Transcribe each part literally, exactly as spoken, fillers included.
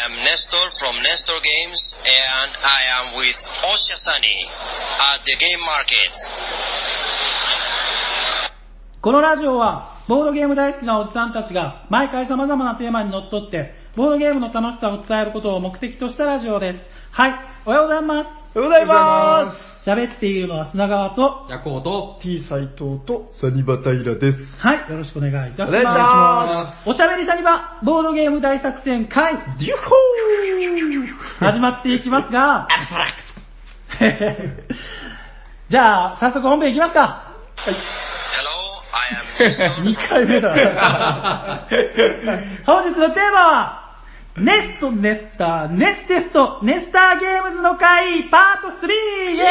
am Nestor from Nestor Games, and I am with Osha Sunny at the game market. このラジオはボードゲーム大好きなおじさんたちが毎回様々なテーマにのっとってボードゲームの楽しさを伝えることを目的としたラジオです。はい、おはようございます。 おはようございます。 喋っているのは砂川とヤコウと T 斎藤とサニバタイラです。 はい、よろしくお願いいたします。 お願いします。 おしゃべりサニバボードゲーム大作戦会デュッホー始まっていきますがじゃあ早速本編いきますか。はい。にかいめだ本日のテーマはネストネスターネステストネスターゲームズの会パートスリー。イエーイ。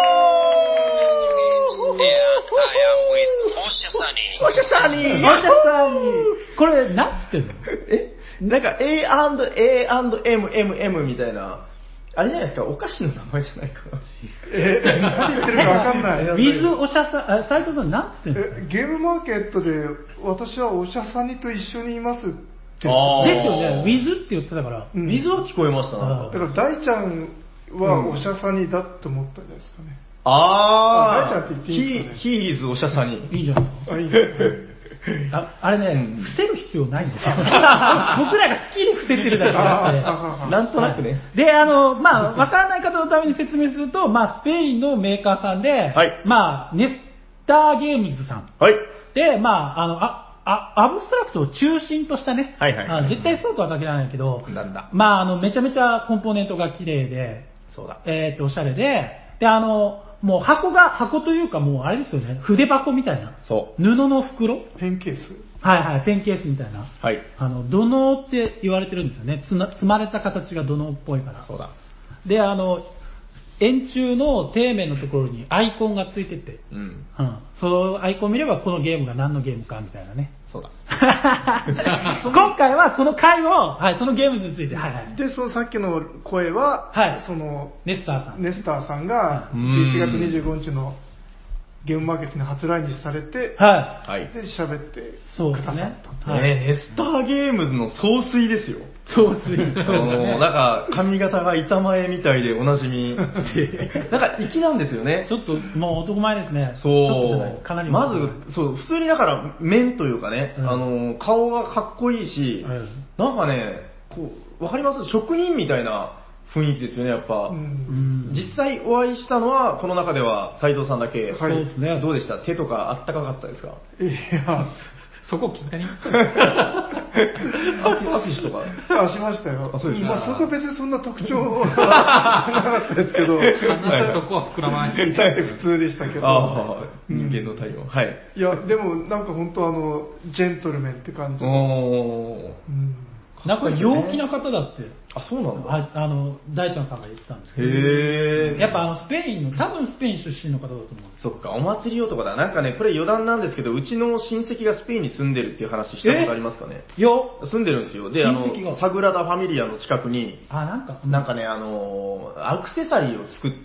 オシャサニーオシャサニーオシャサニーこれ何つってんの？ えなんか エーアンドエーアンドエムエムエム みたいなあれじゃないですか、お菓子の名前じゃないかな。 え、何言ってるか分かんない。 ウィズおしゃさ、斉藤さん何つってんの？ え、ゲームマーケットで私はおしゃさにと一緒にいますってですよね。ウィズって言ってたから。 ウィズは聞こえましたな。 だから大ちゃんはおしゃさにだって思ったんじゃないですかね。 あー、 大ちゃんって言っていいんですかね。 ヒーズおしゃさに。 いいじゃん。 あ、いいですね。 あ, あれね、うん、伏せる必要ないんですよ。僕らが好きに伏せてるだけであって。 なんとなくね。 で、あの、まあ、わからない方のために説明すると、まあ、スペインのメーカーさんで、はい、まあ、ネスターゲームズさん。 はい。 で、まあ、あの、あ、あアブストラクトを中心としたね、 はいはいはい、 絶対そうとは限らないけど、 なんだまあ、あの、めちゃめちゃコンポーネントが綺麗で、 そうだ。 えっと、おしゃれで、で、あの、もう箱が、箱というかもうあれですよね、筆箱みたいな。 そう。 布の袋ペンケースはいはい、ペンケースみたいな。 はい。 あの、土のうって言われてるんですよね。つな積まれた形が土のうっぽいから。 そうだ。 で、あの、円柱の底面のところにアイコンがついてて、 うん。 うん。そのアイコン見ればこのゲームが何のゲームかみたいなね。 そうだ。 今回はその回を、はい、そのゲームズについて、はいはい。 で、そのさっきの声は、 はい、 その、 ネスターさん。 ネスターさんが、じゅういちがつにじゅうごにちのゲームマーケットに初来日されて、 はい。 で、喋ってくださった。 そうですね。 はい、ね、ネスターゲームズの総帥ですよ。 総帥。そうですね。 なんか、髪型が板前みたいでおなじみ。なんか、粋なんですよね。 ちょっと、もう男前ですね。 そう。 ちょっとじゃない。かなり。 まず、そう、普通にだから、面というかね、うん、あの、顔がかっこいいし、うん、なんかね、こう、わかります？職人みたいな雰囲気ですよね、やっぱ。うん、実際お会いしたのは、この中では斉藤さんだけ。 はい、そうですね。 どうでした？手とかあったかかったですか？ いや、 そこ気になります。 握手とかあしましたよ。 あ、そうです。 まあそこは別にそんな特徴はなかったですけど、 そこは膨らまない。 至って普通でしたけど。 ああ、人間の対応。はい。 いやでもなんか本当あのジェントルメンって感じ。 おお。 うん。なんか陽気な方だって。 あ、そうなんだ。 あ、あの、大ちゃんさんが言ってたんですけど。 へー。 やっぱあの、スペインの、多分スペイン出身の方だと思うんです。 そっか、お祭り男だ。なんかね、これ余談なんですけど、うちの親戚がスペインに住んでるっていう話したことありますかね？ よ住んでるんですよ。で、あの、サグラダ・ファミリアの近くに、 あ、なんか、 なんかね、あの、アクセサリーを作って、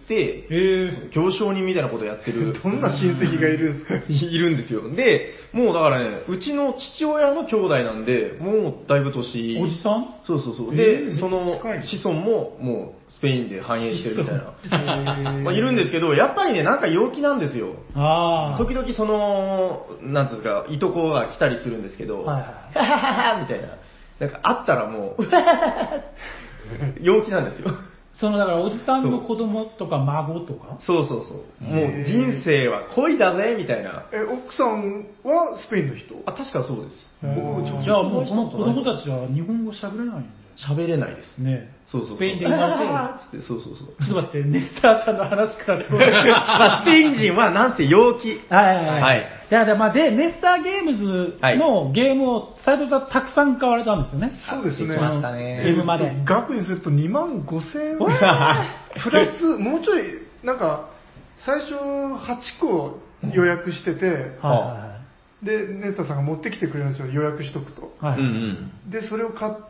へ行商人みたいなことをやってる。 どんな親戚がいるんですか？ いるんですよ。で、もうだからね、うちの父親の兄弟なんで、もうだいぶ年。 おじさん？ そうそうそう。で、その子孫ももうスペインで繁栄してるみたいな。まあ、いるんですけど、やっぱりね、なんか陽気なんですよ。 あ時々その、なんていうんですか、いとこが来たりするんですけど、 はいはい、 ははははみたいな。なんかあったらもう、陽気なんですよ。 そのだからおじさんの子供とか孫とかそうそうそう。もう人生は恋だぜみたいな。 え、奥さんはスペインの人？ あ、確かそうです。 僕じゃあもうこの子供たちは日本語喋れないんじゃ喋れないですね。 そうそうそう。 スペインで生まれて、そうそうそう。 ちょっと待って、ネスターさんの話からでもまあ、スペイン人はなんせ陽気。 はいはいはい。 はい、 いや、で、まあ、で、ネスターゲームズのゲームを斉藤さんたくさん買われたんですよね。 そうですね。 来ましたね。 ゲームまで。 額にするとにまんごせんえんプラス、もうちょい、なんか、最初はちこ予約してて、はい、で、ネスターさんが持ってきてくれるんですよ、予約しとくと。 はい、 で、それを買って、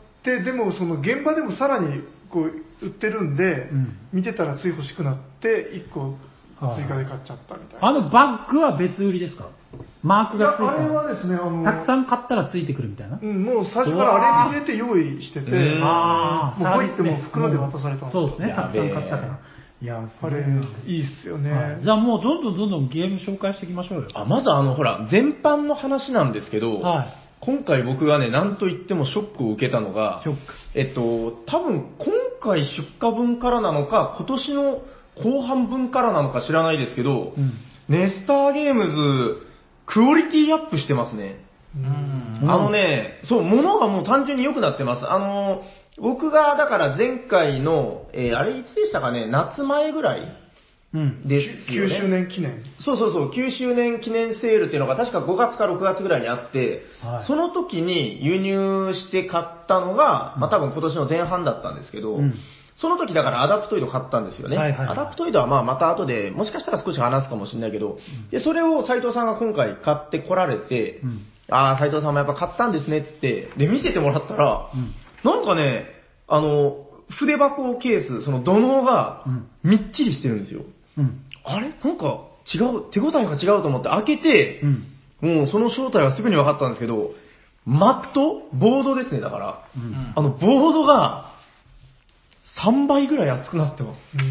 でもその現場でもさらにこう売ってるんで、うん、見てたらつい欲しくなって、いっこ追加で買っちゃったみたいな。 あのバッグは別売りですか？マークがついてる。 あれはですね、あの、 たくさん買ったらついてくるみたいな。 うん、もう最初からあれに入れて用意してて、 ああ、 もうこいっても袋で渡されたんですそうですね、たくさん買ったから。いや、 あれ、いいっすよね、 はい。じゃあもうどんどんどんどんゲーム紹介していきましょうよ。 あ、まずあの、ほら、全般の話なんですけど、はい、今回僕がね、なんと言ってもショックを受けたのが、 ショック。 えっと、多分今回出荷分からなのか、今年の後半分からなのか知らないですけど、うん、ネスターゲームズ、クオリティアップしてますね。うん、あのね、そう、物がもう単純に良くなってます。あの、僕が、だから前回の、えー、あれいつでしたかね、夏前ぐらいですよね。 きゅうしゅうねん記念。 そうそうそう、きゅうしゅうねん記念セールっていうのが確かごがつかろくがつぐらいにあって、はい、その時に輸入して買ったのが、うん、まあ多分今年の前半だったんですけど、うん、その時だからアダプトイド買ったんですよね。はいはいはい、アダプトイドはまあまた後で、もしかしたら少し話すかもしれないけど、うん、で、それを斉藤さんが今回買ってこられて、うん、ああ、斉藤さんもやっぱ買ったんですねって言って、で、見せてもらったら、うん、なんかね、あの、筆箱ケース、その土のうがみっちりしてるんですよ。うん、あれなんか違う、手応えが違うと思って開けて、うん、もうその正体はすぐに分かったんですけど、マットボードですね、だから。うん、あの、ボードがさんばいぐらい厚くなってます。うん、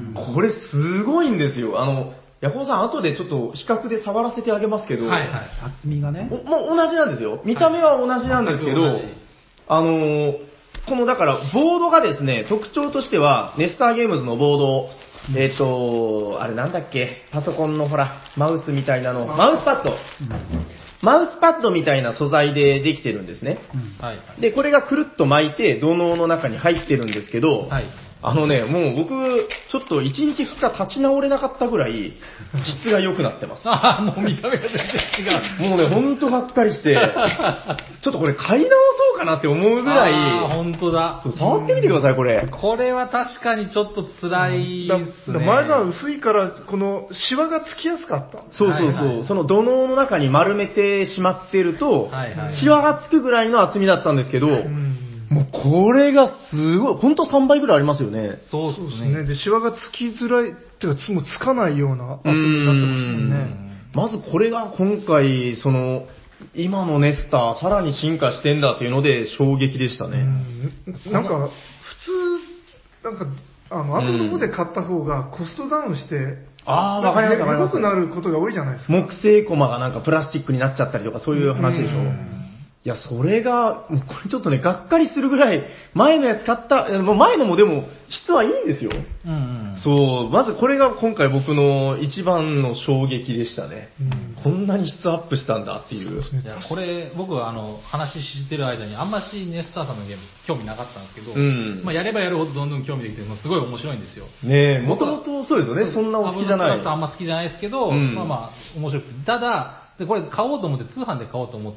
これすごいんですよ。あの、ヤコウさん後でちょっと比較で触らせてあげますけど、 はいはい、厚みがね。 もう同じなんですよ。見た目は同じなんですけど、はい、あのー、このだからボードがですね、特徴としては、ネスターゲームズのボード、えっ、ー、と、あれなんだっけ、パソコンのほら、マウスみたいなの、マウスパッド。うん、マウスパッドみたいな素材でできてるんですね。うんはい、で、これがくるっと巻いて、土のうの中に入ってるんですけど、はい、あのね、もう僕、ちょっといちにちふつか立ち直れなかったぐらい、質が良くなってます。 ああ、もう見た目が全然違う。もうね、ほんとがっかりして、ちょっとこれ買い直そうかなって思うぐらい。 ああ、ほんとだ。 触ってみてください、これ。 これは確かにちょっと辛いですね。 前のは薄いから、このシワがつきやすかった。 そうそうそう。はいはい、その土のうの中に丸めてしまってると、はいはい、シワがつくぐらいの厚みだったんですけど、うんもうこれがすごい、ほんとさんばいぐらいありますよね。 そうですね。で、シワがつきづらい、っていうか、もうつかないような厚みになってますもんね。 まずこれが今回、その、今のネスター、さらに進化してんだっていうので衝撃でしたね。 んなんか、普通、なんか、あの、後の方で買った方がコストダウンして、 ああ、わかりますわかります。 良くなることが多いじゃないですか。 木製コマがなんかプラスチックになっちゃったりとか、そういう話でしょ。いや、それが、もうこれちょっとね、がっかりするぐらい、前のやつ買った、もう前のもでも、質はいいんですよ。うんうん、そう、まずこれが今回僕の一番の衝撃でしたね。うん、こんなに質アップしたんだっていう。 いや、これ、僕はあの、話してる間に、あんましネスターさんのゲーム、興味なかったんですけど、うん、まあ、やればやるほどどんどん興味できて、もうすごい面白いんですよ。 ねえ、もともとそうですよね、そんなお好きじゃない。 あんま好きじゃないですけど、うん、まあまあ、面白くて。ただ、で、これ買おうと思って、通販で買おうと思って、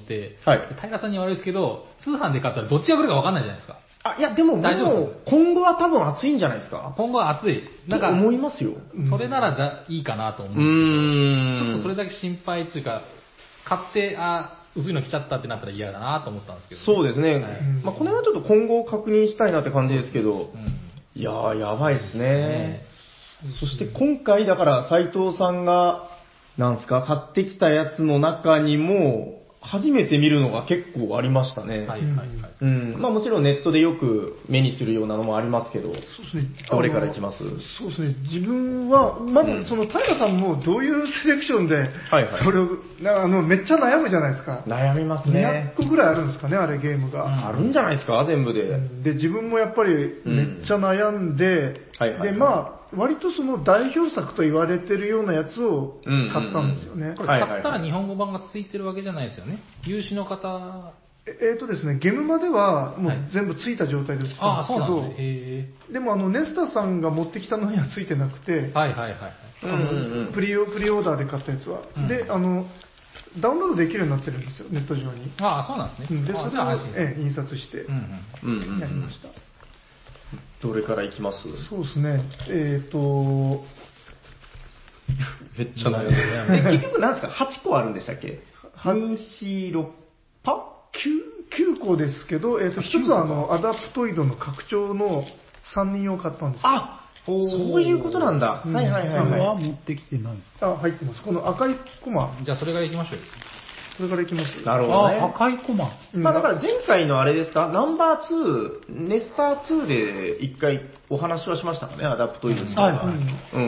はい。平さんに悪いですけど、通販で買ったらどっちが来るか分かんないじゃないですか。 あ、いや、でも、大丈夫です。今後は多分熱いんじゃないですか。 今後は熱い。 なんか、思いますよ。 それならだいいかなと思うんですけど、ちょっとそれだけ心配っていうか、買って、あ、薄いの来ちゃったってなったら嫌だなと思ったんですけど、ね。 そうですね。はい、まあ、これはちょっと今後確認したいなって感じですけど、うん、いやー、やばいですね。そして今回、だから斉藤さんが、なんすか、買ってきたやつの中にも、初めて見るのが結構ありましたね。はいはいはい。うん。まあもちろんネットでよく目にするようなのもありますけど、そうですね。どれからいきます？ そうですね。自分は、まずその平さんもどういうセレクションで、はいはい。それを、あの、めっちゃ悩むじゃないですか。 悩みますね。 にひゃっこぐらいあるんですかね、あれゲームが。うん、 あるんじゃないですか、全部で。 で、自分もやっぱりめっちゃ悩んで、うん、はいはいはい。で、まあ、割とその代表作と言われてるようなやつを買ったんですよね。 これ買ったら日本語版がついてるわけじゃないですよね。有志の方。 えーとですね、ゲームまではもう全部ついた状態で売ってたんですけど、はい、あ、そうなんですね。でもあのネスタさんが持ってきたのにはついてなくて、はいはいはい。あのプリオプリオーダーで買ったやつは、うん、であのダウンロードできるようになってるんですよ、ネット上に。 ああ、そうなんですね。 で、それを、ええ、印刷してやりました。 どれからいきます？ そうですね。えっ、ー、と、 めっちゃ悩んでる。結局何ですか ?はち 個あるんでしたっけ？はち、ろく、パきゅうこですけど、えっ、ー、と、一つはあの、アダプトイドの拡張のさんにん用買ったんですよ。 あ、 そういうことなんだ。 うんはいはいはい、 これは。 はい持ってきてないですか？ あ、入ってます。この赤いコマ、 じゃあそれから行きましょうよ。 それからいきます。 なるほどね。 あ、赤いコマ。 うんまあだから前回のあれですか、ナンバーツー、ネスターツーで一回お話はしましたかね、アダプトイルスとか。 はいはいうん。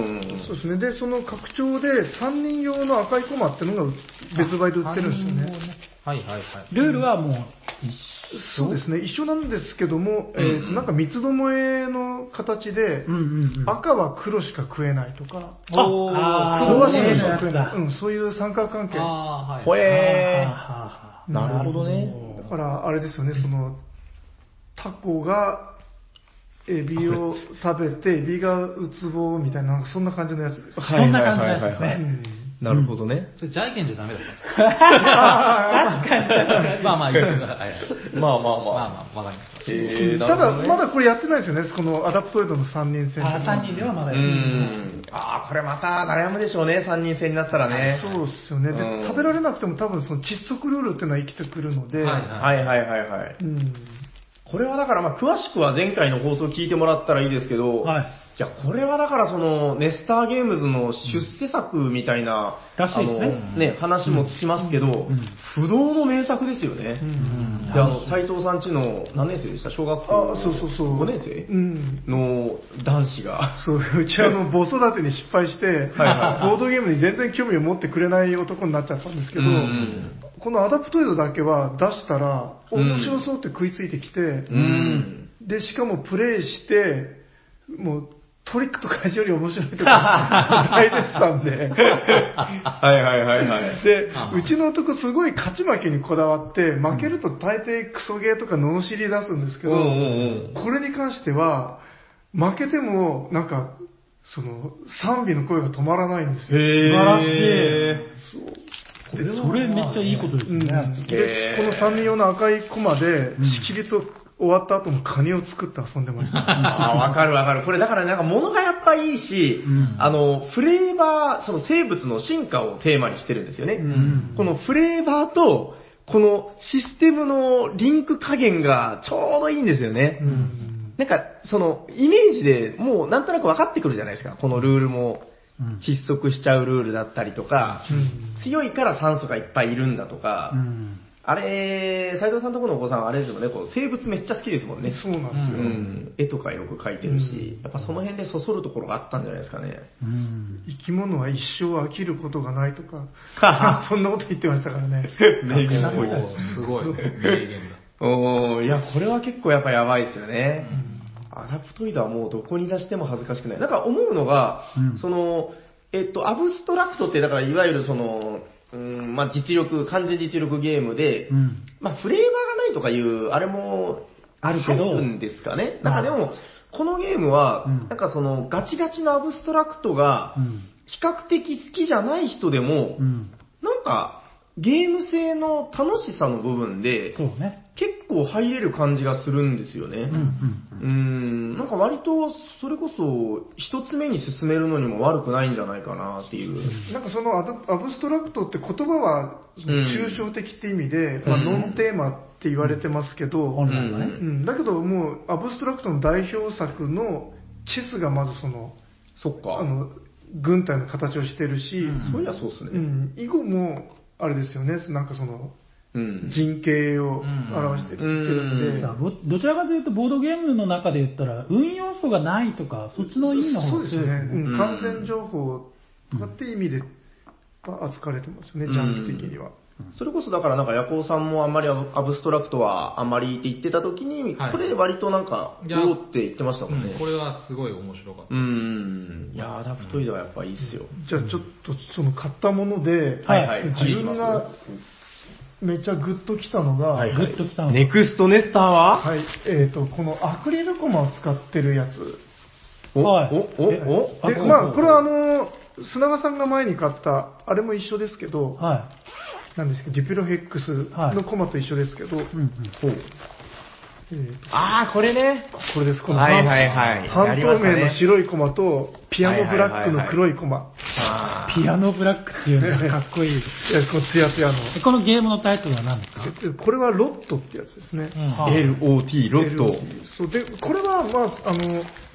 そうですね。で、その拡張でさんにん用の赤いコマっていうのが別売で売ってるんですよね。 はいはいはい。 ルールはもう一緒。 そうですね。一緒なんですけども、えーとなんか三つどもえの形で、 うんうんうん。 赤は黒しか食えないとか、 あ黒は白しそうか食えない。 ううん、そういう三角関係。 ああ、はい。 ほえはー。なるほどね。 だから、あれですよね、その、タコがエビを食べて、エビがウツボみたいな、なんかそんな感じのやつです。 そんな感じなんですねうんなるほどね。 それ、じゃいけんじゃダメだったんですか？ 確かに確かに。 まあまあ、いいです。はいはい。 まあまあままあ。 あまあ、わかりました。 えー、なただ、 るほどねまだこれやってないですよね、このアダプトイドのさんにん戦。 あ、さんにんではまだうやってない。 ん。ああ、これまた悩むでしょうね、さんにん戦になったらね。 そうですよね。で、 うん食べられなくても多分その窒息ルールっていうのは生きてくるので、 はいはいはいはいはい。 うん。 これはだからまあ詳しくは前回の放送聞いてもらったらいいですけど、 はい。 いや、これはだからその、ネスターゲームズの出世作みたいな、 らしいですねあのね、話も聞きますけど、 ん不動の名作ですよね。 うんで、あの、斎藤さんちの何年生でした小学校あ、そうそうそう。 ごねん生うん。 の男子が、 そう、うちあの、母育てに失敗して、 はいはいボードゲームに全然興味を持ってくれない男になっちゃったんですけど、 うんこのアダプトイドだけは出したら、面白そうって食いついてきて、 うん。 で、しかもプレイして、もう、トリックと怪獣より面白いとか、大絶賛で。 はいはいはいはい。 であ、 うちの男すごい勝ち負けにこだわって、負けると大抵クソゲーとか罵り出すんですけど、 うんうんうん。 これに関しては、負けても、なんか、その、賛美の声が止まらないんですよ。 へ素晴らしいー。 そうそれめっちゃいいことですうんね。 で、このさんにん用の赤いコマで、しきりと終わった後もカニを作って遊んでました。 ああ、わかるわかる。これだからなんか物がやっぱいいし、 うんあの、フレーバー、その生物の進化をテーマにしてるんですよね。 んこのフレーバーと、このシステムのリンク加減がちょうどいいんですよね。 うんなんか、その、イメージでもうなんとなく分かってくるじゃないですか。このルールも、 うん窒息しちゃうルールだったりとか、 うん強いから酸素がいっぱいいるんだとか、 うんあれ、斉藤さんとこのお子さんあれですもんね、こう生物めっちゃ好きですもんね。 そうなんですよ。 うん、絵とかよく描いてるし、やっぱその辺でそそるところがあったんじゃないですかね。 うん生き物は一生飽きることがないとか、そんなこと言ってましたからね。 名言っぽいおーすごい。名言だ。 おーいや、これは結構やっぱやばいですよね。アダプトイドはもうどこに出しても恥ずかしくない。なんか思うのが、 うんその、えっと、アブストラクトって、だからいわゆるその、うん、まあ実力、完全実力ゲームで、 うんまあフレーバーがないとかいう、あれもあるけど入るんですかね。なんかでも、このゲームは、 うんなんかそのガチガチのアブストラクトがう、ん比較的好きじゃない人でも、 うんなんか、ゲーム性の楽しさの部分で、 そうね。 結構入れる感じがするんですよね。 うんうんうーん、なんか割と、それこそ、一つ目に進めるのにも悪くないんじゃないかなっていう。 なんかそのアドアブストラクトって言葉はそのうん抽象的って意味で、まあ、 うんノンテーマって言われてますけど、 本来はね。 うん、だけどもうアブストラクトの代表作のチェスがまずその、 そっか。 あの、軍隊の形をしてるし、 うんそういやそうっすね。 うん、囲碁も、あれですよね、なんかその、 うん。 人形を表してるうんんで、 だからどどちらかというと、ボードゲームの中で言ったら、運要素がないとか、そっちの意味の方がそうですね、 強いですね。 うん、完全情報とかって意味で扱われてますよね、ジャンル的には。 それこそだからなんか、ヤコウさんもあんまりアブアブストラクトはあんまりって言ってた時に、 はいこれ割となんか、 いやどうって言ってましたもんね。 うんこれはすごい面白かった。 うーん。いやー、アダプトイドはやっぱいいっすよ。 じゃあちょっとその買ったもので、 はいはい。 自分がめっちゃグッときたのが、 はいグッときたの。 ネクストネスターははい、えっ、と、このアクリルコマを使ってるやつ。 お、 はいお、お、おで、まあ、これはあの、砂川さんが前に買った、あれも一緒ですけど、 はなんですけど、デュピロヘックスのコマと一緒ですけど、 い。うんうんほうえーとあー、これね。 これです、このはいはいはい。 半やりま透明したねの白いコマと、ピアノブラックの黒いコマ。 あーピアノブラックっていうのがかっこいい。 いや、このツヤツヤの。 でこのゲームのタイトルは何ですか？ でこれはロットってやつですね。 はエルオーティー、ロット。 そうで、これは、まあ、あの、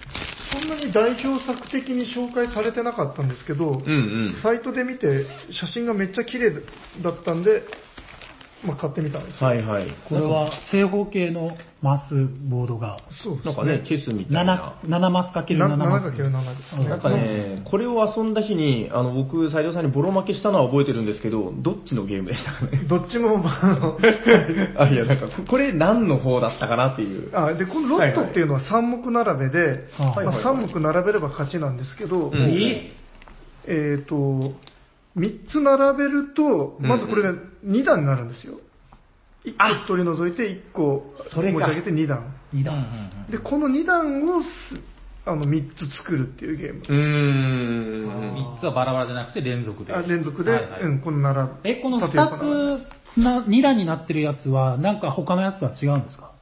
そんなに代表作的に紹介されてなかったんですけど、 うんうん。 サイトで見て写真がめっちゃ綺麗だったんで、まあ、買ってみたんですよ。 はいはい。 これは正方形のマスボードがそうですね。 なんかね、ケースみたいな。 なな, ななマスかけるななマス。 ななかけるなな ですね。 なんかね、これを遊んだ日に、あの、僕、斉藤さんにボロ負けしたのは覚えてるんですけど、どっちのゲームでしたかね。 どっちも、まあ、あのあ、いや、なんか、これ何の方だったかなっていう。 あ、で、このロットっていうのはさん目並べで、 はいはいまあ、さん目並べれば勝ちなんですけど、 うんえっ、と、みっつ並べると、まずこれがに段になるんですよ。いっこ取り除いていっこそれか持ち上げてに段。 に段。 で、このに段をすあのみっつ作るっていうゲーム。 うーん。 みっつはバラバラじゃなくて連続で。 あ連続で、 はいはいうん、この並べ。 え、この縦横並べふたつつな、に段になってるやつは、なんか他のやつは違うんですか？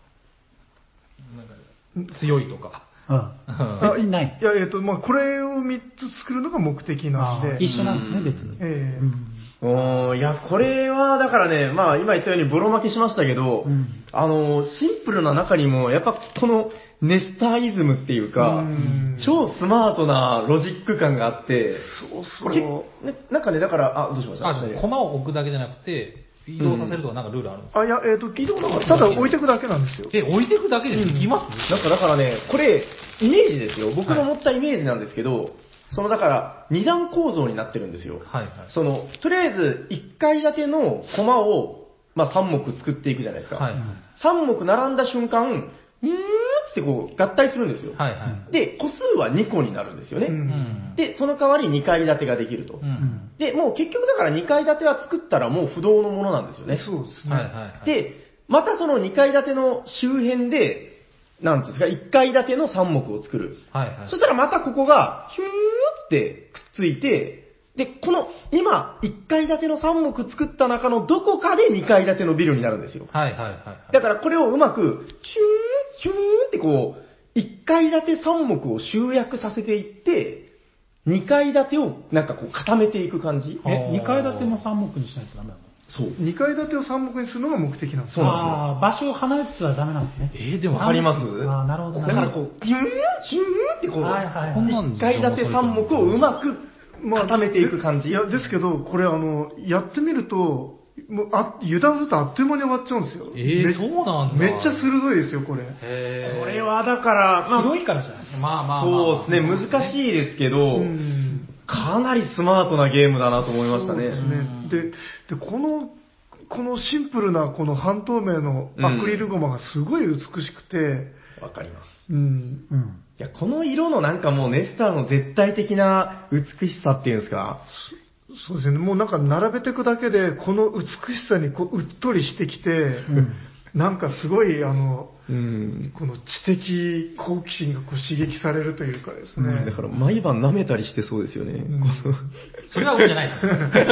なんか強いとか。 うん。 あ別にない。 いや、えっ、と、まあ、これをみっつ作るのが目的なんで。 あ一緒なんですね、別に。 ええうんおーいや、これは、だからね、まあ、今言ったようにボロ負けしましたけど、 うんあの、シンプルな中にも、やっぱこのネスターイズムっていうか、 うん超スマートなロジック感があって、 そうこれそう。 ね、なんかね、だから、あ、どうしましたあ、駒を置くだけじゃなくて、移動させるとかなんかルールあるんですか？ あ、いや、えっ、と、ただ置いてくだけなんですよ。 え、置いてくだけでいきます？ なんかだからね、これ、イメージですよ。僕の持ったイメージなんですけど、そのだから、二段構造になってるんですよ。 はいはい。 その、とりあえず、一階建てのコマを、まあ三目作っていくじゃないですか。 はい。 三目並んだ瞬間、うーんってこう、合体するんですよ。 はいはい。 で、個数はにこになるんですよね。 ううんん。 で、その代わりに階建てができると。 うん。 で、もう結局だからに階建ては作ったらもう不動のものなんですよね。 そうですね。 はいはいはい。 で、またそのに階建ての周辺で、なんていうんですか、いっ階建てのさん目を作る。 はいはい。 そしたらまたここが、ヒューってくっついて、で、この、今、いっ階建てのさん目作った中のどこかでに階建てのビルになるんですよ。 はいはいはいはい。 だからこれをうまく、ヒューン、ヒューンってこう、いっ階建てさん目を集約させていって、に階建てをなんかこう固めていく感じ。 え、に階建てもさん目にしないとダメなの？ そう。 に階建てをさん目にするのが目的なんですそうなんですよああ、場所を離れてたらダメなんですね。 えー、でも、 わかりますああ、なるほどなだからるほど。 こう、ヒューン、ヒューンってこう、 はいはいはいこんなんいっ階建てさん目をうまく固めていく感じ。 いや、ですけど、これあの、やってみると、もうあ油断するとあっという間に終わっちゃうんですよ。 えーめそうなんだめっちゃ鋭いですよ、これ。 へーこれはだから、まあ、 広いからじゃないですか。 まあまあまあ、 そうですね、難しいですけど、 うんかなりスマートなゲームだなと思いましたね。 そうですね。で、で、この、このシンプルなこの半透明のアクリルゴマがすごい美しくて、 わかります。 うん。 うん。 いや、この色のなんかもうネスターの絶対的な美しさっていうんですか。 そうですね。もうなんか並べていくだけで、この美しさにこう、うっとりしてきて、 うん。 なんかすごい、あの、 うん。 この知的好奇心がこう刺激されるというかですね。 だから毎晩舐めたりしてそうですよね。 うんそれは運じゃないですよ。 だ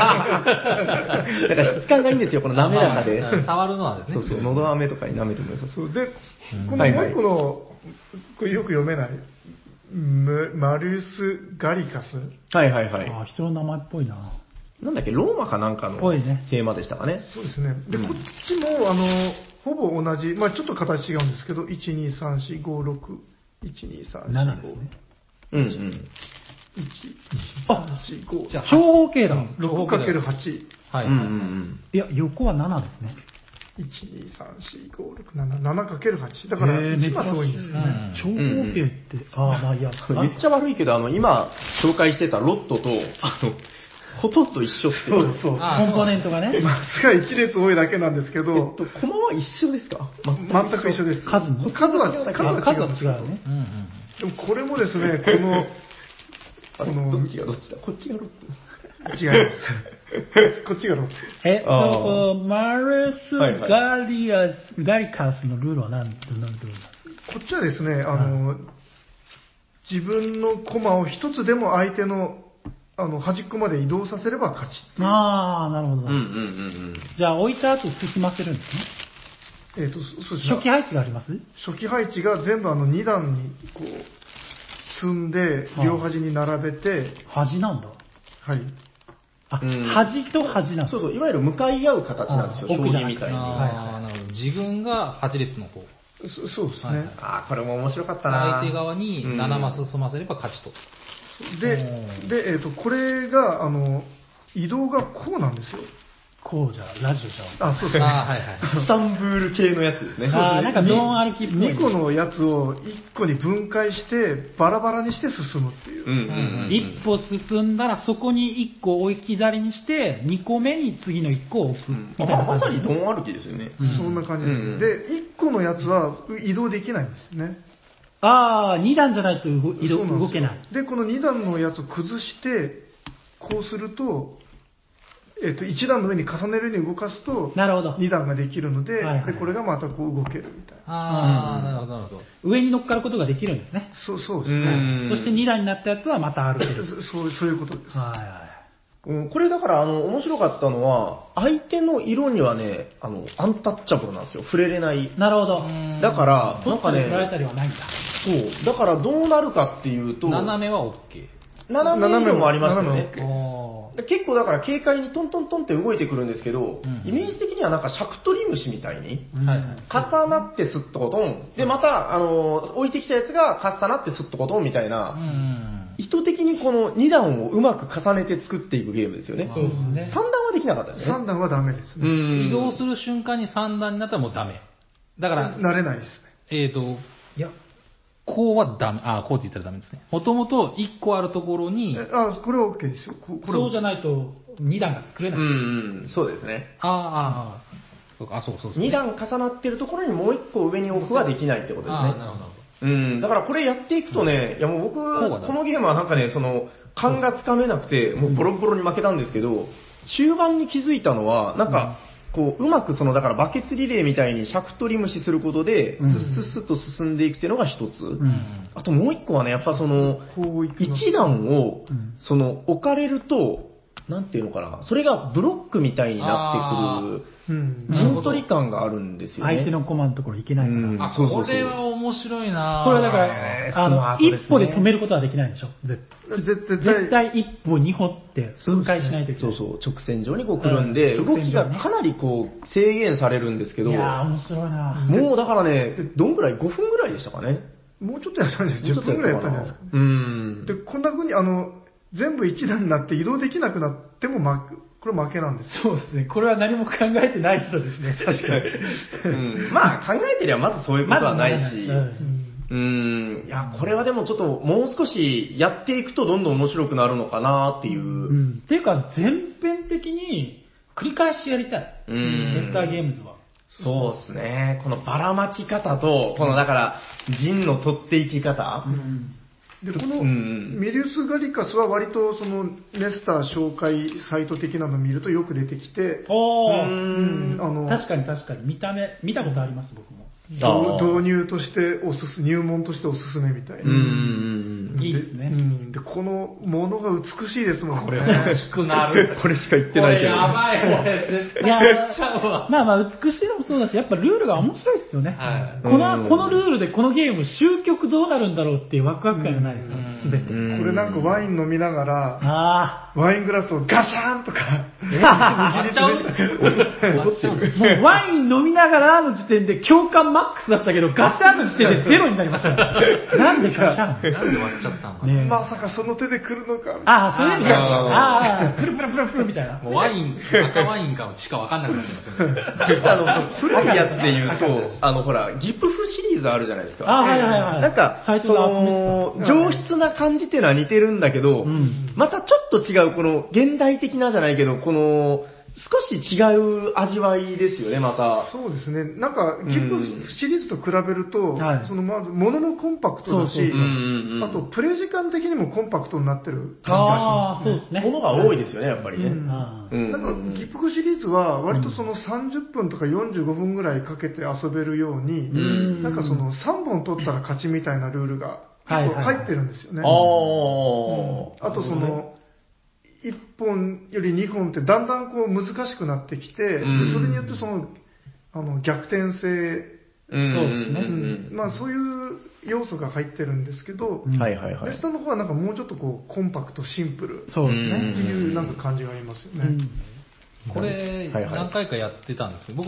から質感がいいんですよ、この滑らかで。 まあまあ触るのはですね。 そうそう、喉飴とかに舐めても良さそう。 そうで、 うんこのもう一個の、これよく読めない、ムマリウス・ガリカス。 はいはいはい。 ああ、人の名前っぽいな。 なんだっけ、ローマかなんかのぽいねテーマでしたかね。 そうですね。で、 うんこっちも、あの、ほぼ同じ、まあちょっと形違うんですけど、いち、に、さん、よん、ご、ろく、いち、に、さん、 ななですね。 うんうん。 いち、に、 あさん、よん、ご、 じゃあ長方形だ。 うんろくかけるはち。 はい。 うんうんうん。 いや、横はななですね。 いち、に、さん、よん、ご、ろく、なな、ななかけるはち。だから、 へーいちがすごいんですよね。 うん長方形って、ああ、まあいいや。 言っちゃ悪いけど、あの、今紹介してたロットと、あの、ほとんど一緒っすよ。 そうそう。 あコンポーネントがね。 マスがいち列多いだけなんですけえっど、 と、コマは一緒ですか全く一緒です。 数も数は、数はあ数は違うんですけど違うね。 うんうん。 でもこれもですね、この、 あこのどっちがどっちだこっちがロット。 違います。こっちがロッテ。 えっと、 あーこのマルス・はいはいガリアス、ガリカスのルールは何、何ルールなんですか？ こっちはですね、あの、自分のコマを一つでも相手の、あの、端っこまで移動させれば勝ち。 ああ、なるほどな。 うんうんうんじゃあ置いた後進ませるんですね。 えっ、と、そうですね。 初期配置があります？ 初期配置が全部あのに段にこう、積んで、両端に並べて、 端なんだ。 はい。 あ、 うん端と端なんだ。 そうそう、いわゆる向かい合う形なんですよ、将あ奥じゃなくて棋みたいに。 あああ、なるほど。自分がはち列の方。 そそうですね。 はいああ、これも面白かったな。 相手側にななマス進ませれば勝ちと。 で、で、えっ、と、これが、あの、移動がこうなんですよ。 こうじゃ、ラジオじゃん。 あ、そうですね。 あはいはい。 スタンブール系のやつですね。 あーなんかドーン歩きっぽい。 にこのやつをいっこに分解して、バラバラにして進むっていう。 うんうんうん、 一歩進んだらそこに一個置き去りにして、二個目に次の一個を置く。 うんまあ、まさにドン歩きですよね。 そんな感じです。 うんうんで、いっこのやつは移動できないんですよね。 ああ、二段じゃないと動移動そうなんですよ動けない。 で、このに段のやつを崩して、こうすると、えっと、いち段の上に重ねるように動かすと、 なるほど。 に段ができるので、 はいはいでこれがまたこう動けるみたいな。 ああ、なるほど、なるほど。 上に乗っかることができるんですね。 そうそうですうね。 んそして二段になったやつはまた歩ける。 そそうそういうことです。 はいはい。 うん、これだから、あの、面白かったのは、相手の色にはね、あの、アンタッチャブルなんですよ。触れれない。 なるほど。 だから、な取ったんかね、 り取られたりはないんだ。 そう。だからどうなるかっていうと、 斜めは OK。 斜め色もありましたよね。 斜めおーで結構だから軽快にトントントンって動いてくるんですけど、 うんイメージ的にはなんかシャクトリムシみたいに、 はいはい。 重なってスッとコトン、で、また、あの、置いてきたやつが重なってスッとコトンみたいな、 うん。 意図的にこのに段をうまく重ねて作っていくゲームですよね。 そうですねさん段はできなかったですね。 さん段はダメですね。 うん移動する瞬間にさん段になったらもうダメ。だから、 慣れないですね。 えーと、いや、こうはダメ、あ、こうって言ったらダメですね。もともといっこあるところに、 えあ、これは OK ですよ。ここれそうじゃない。 ないと二段が作れない。 うんうん、そうですね。 あーあー、そうか、あ、そうそうそう。 に段重なってるところにもういっこ上に置くはできないってことですね。 あーなるほど。 うん、だからこれやっていくとね、いやもう僕、 うだねこのゲームはなんかね、その、勘がつかめなくて、もうボロボロに負けたんですけど、終盤に気づいたのは、なんか、こう、うまくその、だからバケツリレーみたいにシャクトリムシすることで、 うんスッスッスッと進んでいくっていうのが一つ。 うんあともう一個はね、やっぱその、 こういくの一段をうん、 その、置かれると、なんていうのかな、それがブロックみたいになってくる、 うん。 陣取り感があるんですよね。 相手のコマのところ行けないから。 うんあ、 そうそうそうこれは面白いなこれはだから、 えーあの、 スマートですね一歩で止めることはできないんでしょ絶絶対、 絶対一歩二歩って分解しないといけない。 そうそう、直線上にこう来るんで、 うん動きがかなりこう制限されるんですけど、 いやー、面白いなもうだからね、どんぐらい ?ご 分ぐらいでしたかね。 もうちょっとやったんですよ。じゅっぷんぐらいやったんじゃないですか。 うん。 で、こんな風に、あの、全部一段になって移動できなくなっても負け、これ負けなんですよ。 そうですね。これは何も考えてない人ですね。確かに。 うんまあ考えてりゃまずそういうことはないし、 まずうんうん、いや、これはでもちょっともう少しやっていくとどんどん面白くなるのかなっていう。 うん。っていうか、全編的に繰り返しやりたい。 うんベスターゲームズは。 そうですね。このばらまき方と、このだから、陣の取っていき方。 で、このうんミリウス・ガリカスは割とそのネスター紹介サイト的なのを見るとよく出てきて、 おー。 うんあの、 確かに確かに。見た目、見たことあります、僕も。 あー導入としておすす、入門としておすすめみたいな。 うんうんいいですねうんで、このものが美しいですもんね。 これ欲しくなる。 これしか言ってないけど。 これやばい、これ絶いや対やっちゃうわ。 まあまあ、美しいのもそうだし、やっぱルールが面白いですよね。 はいこの、 うんこのルールでこのゲーム終局どうなるんだろうっていうワクワク感がないですかうんすべて。 うんこれなんかワイン飲みながら、 あワイングラスをガシャーンとか、 割っちゃう割っちゃうあ、もうワイン飲みながらの時点で共感マックスだったけど、ガシャンの時点でゼロになりました。なんでガシャンなんで割っちゃったのかな。 ねえまさかその手で来るのか。 ああ、そういう意味か。 あーああ、プルプルプルプルみたいな。 もうワイン、赤ワインかしかわかんなくなっちゃいますよね。 ちょっとあの、古いやつで言うと、あの、ほら、ギプフシリーズあるじゃないですか。 あはいはいはい。 なんか、 サイトそで集めての、 た。 上質な感じっていうのは似てるんだけど、 うんまたちょっと違う、この、現代的なじゃないけど、この、少し違う味わいですよね、また。 そうですね。なんか、ギフシリーズと比べると、 はいそのまず、物もコンパクトだし、 そうそうそううんうんあと、プレイ時間的にもコンパクトになってる気がしああ、 ますね。 そうですね。 ものが多いですよね、やっぱりね。 うんあーうんなんか、ギプフシリーズは、割とそのさんじゅっぷんとかよんじゅうごふんぐらいかけて遊べるように、 んなんかそのさんぼん取ったら勝ちみたいなルールが結構入ってるんですよね。 ああ、 あとその、いっぽんよりにほんってだんだんこう難しくなってきて、でうんそれによってその、あの逆転性、 そうですねうんまあそういう要素が入ってるんですけど、 うんはいはいはいレス。タの方はなんかもうちょっとこうコンパクト、シンプルっそうですうんね。 ていうなんか感じがありますよね。 うんこれ、 はいはい何回かやってたんですけど、僕ほら、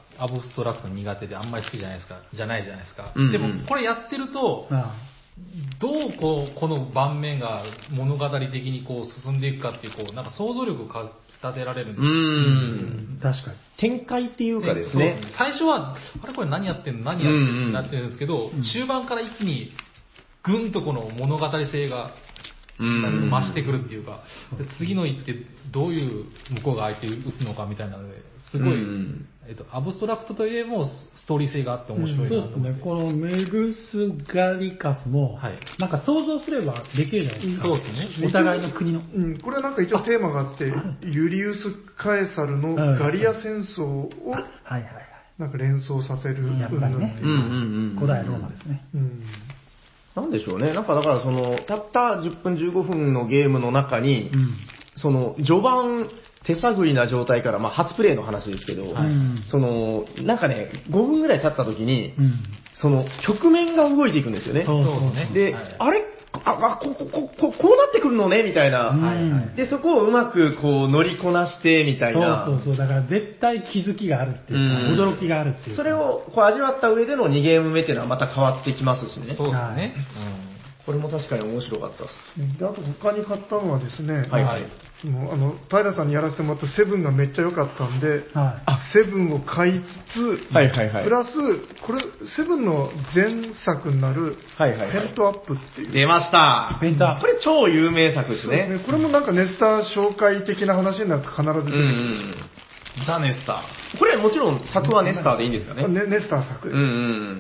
アブストラクト苦手であんまり好きじゃないですか、じゃないじゃないですか。 うんうん、 でもこれやってると、どうこうこの盤面が物語的にこう進んでいくかっていう、こうなんか想像力をかき立てられるんです。 うーん、 確かに。 展開っていうかですね。 そうですね。最初は、あれこれ何やってんの何やってんのってなってるんですけど、 うんうん、 中盤から一気にぐんとこの物語性がうん増してくるっていうか、で次の一手どういう向こうが相手打つのかみたいなので、すごい、 うんえっと、アブストラクトといえもストーリー性があって面白いなと思って。 そうですね。このメグスガリカスも、はい、なんか想像すればできるじゃないですか。 そうですね。 お互いの国の。 うん、これはなんか一応テーマがあって、ユリウス・カエサルのガリア戦争をなんか連想させる。 やっぱりね。古代ローマですね。 うんなんでしょうね。なんかだからその、たったじゅっぷんじゅうごふんのゲームの中に、うん、その、序盤、手探りな状態から、まあ、初プレイの話ですけど、うん、その、なんかね、ごふんぐらい経った時に、うん、その、局面が動いていくんですよね。 そうそうね。 で、はい、あれあ、あ、こ、こ、こ、こうなってくるのねみたいな、はいはい。で、そこをうまくこう乗りこなして、みたいな。 そうそうそう。だから絶対気づきがあるっていうか、うん、驚きがあるっていうか。 それをこう味わった上でのにゲーム目っていうのはまた変わってきますしね。 そうですね。 うんこれも確かに面白かったです。 であと他に買ったのはですね、 はいはい。 もうあの平さんにやらせてもらったセブンがめっちゃ良かったんで、はい、セブンを買いつつ、 はいはいはい、 プラスこれセブンの前作になるペントアップっていう、はいはいはい、 出ました。 ペントアップ。 これ超有名作ですね。 そうですね。これもなんかネスター紹介的な話になると必ず出てくる。うんうん、 ザ・ネスター。これもちろん作はネスターでいいんですかね。 ねネスター作です。うんうん。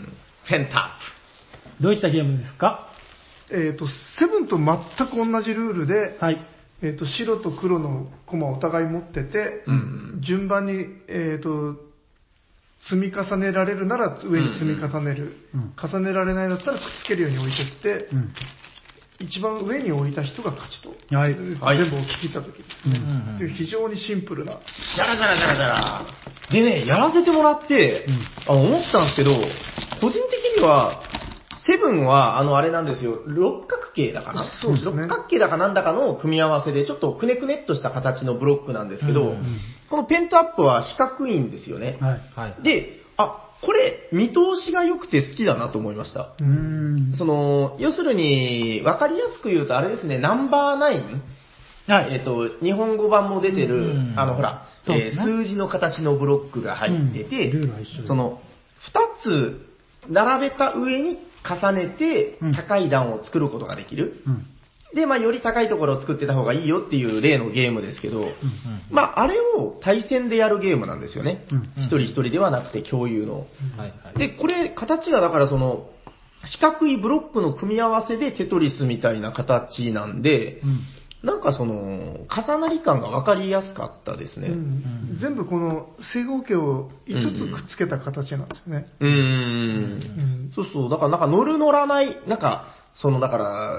ペンタップ。どういったゲームですか？ えっと、セブンと全く同じルールで、はい、えっと、白と黒のコマをお互い持ってて、うんうん、順番に、えっと、積み重ねられるなら上に積み重ねる、うんうん、重ねられないだったらくっつけるように置いてって、うん、一番上に置いた人が勝ちと。はい、全部置き切った時ですね、うんうん。という非常にシンプルな。 じゃらじゃらじゃらじゃら。でね、やらせてもらって、うん、あ思ったんですけど、個人的には、セブンは、あの、あれなんですよ、六角形だかな、 そうですね、 六角形だかなんだかの組み合わせで、ちょっとくねくねっとした形のブロックなんですけど、うんうん、このペントアップは四角いんですよね。はい、で、あ、これ、見通しが良くて好きだなと思いました。うーんその、要するに、わかりやすく言うと、あれですね、ナンバーナイン、はい、えっ、ー、と、日本語版も出てる、うんうん、あの、ほら、ねえー、数字の形のブロックが入ってて、うん、その、二つ並べた上に重ねて高い段を作ることができる。うん、で、まあ、より高いところを作ってた方がいいよっていう例のゲームですけど、うんうん、まあ、あれを対戦でやるゲームなんですよね。うんうん、一人一人ではなくて共有の。うん、で、これ、形がだからその、四角いブロックの組み合わせでテトリスみたいな形なんで、うんなんかその、重なり感が分かりやすかったですね。うんうん、全部この正方形をいつつくっつけた形なんですよね。 うん、うんうん、そうそう。だからなんか乗る乗らない、なんか、そのだから、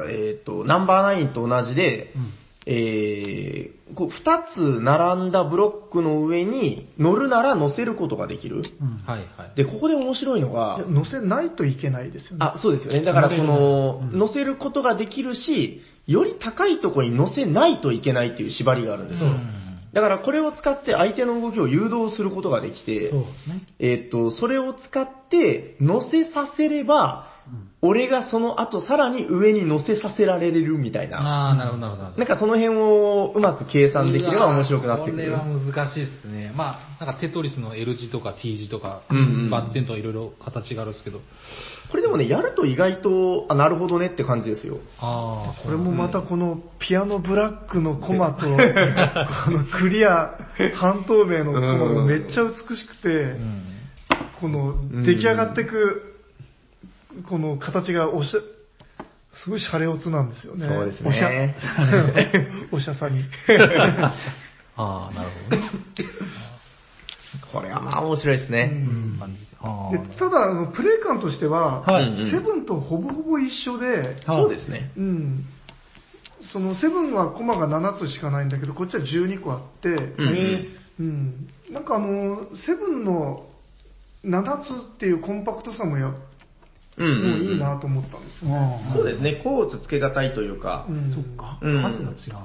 えっ、ー、と、ナンバーナインと同じで、うんえー、こう二つ並んだブロックの上に乗るなら乗せることができる。うんはいはい、で、ここで面白いのが、 乗せないといけないですよね。 あ、そうですよね。だからこの、うん、乗せることができるし、より高いところに乗せないといけないっていう縛りがあるんですよ。うん、だからこれを使って相手の動きを誘導することができて、そうですね、えっと、それを使って乗せさせれば、俺がその後さらに上に乗せさせられるみたいな。 ああ、なるほど、なるほど。 なんかその辺をうまく計算できれば面白くなってくる。 これは難しいですね。まあ、なんかテトリスの L 字とか T 字とか、うんうん、バッテンとかいろいろ形があるんですけど。 これでもね、やると意外と、あ、なるほどねって感じですよ。 ああ、これもまたこのピアノブラックのコマと、このクリア、半透明のコマがめっちゃ美しくて、うん、この出来上がっていく、この形がおしゃ、すごいシャレオツなんですよね。 そうですね。 おしゃ、おしゃさに。 ああ、なるほどね。 これはまあ面白いですね。うんでただあの、プレイ感としては、はい、セブンとほぼほぼ一緒で、 そうですね。 うん。そのセブンはコマがななつしかないんだけど、こっちはじゅうにこあって、うんうん、なんかあの、セブンのななつっていうコンパクトさもやうんうんうん、もういいなと思ったんですよね。 そうですね、コーツつけがたいというか。 うん、そっか、数が違うのか。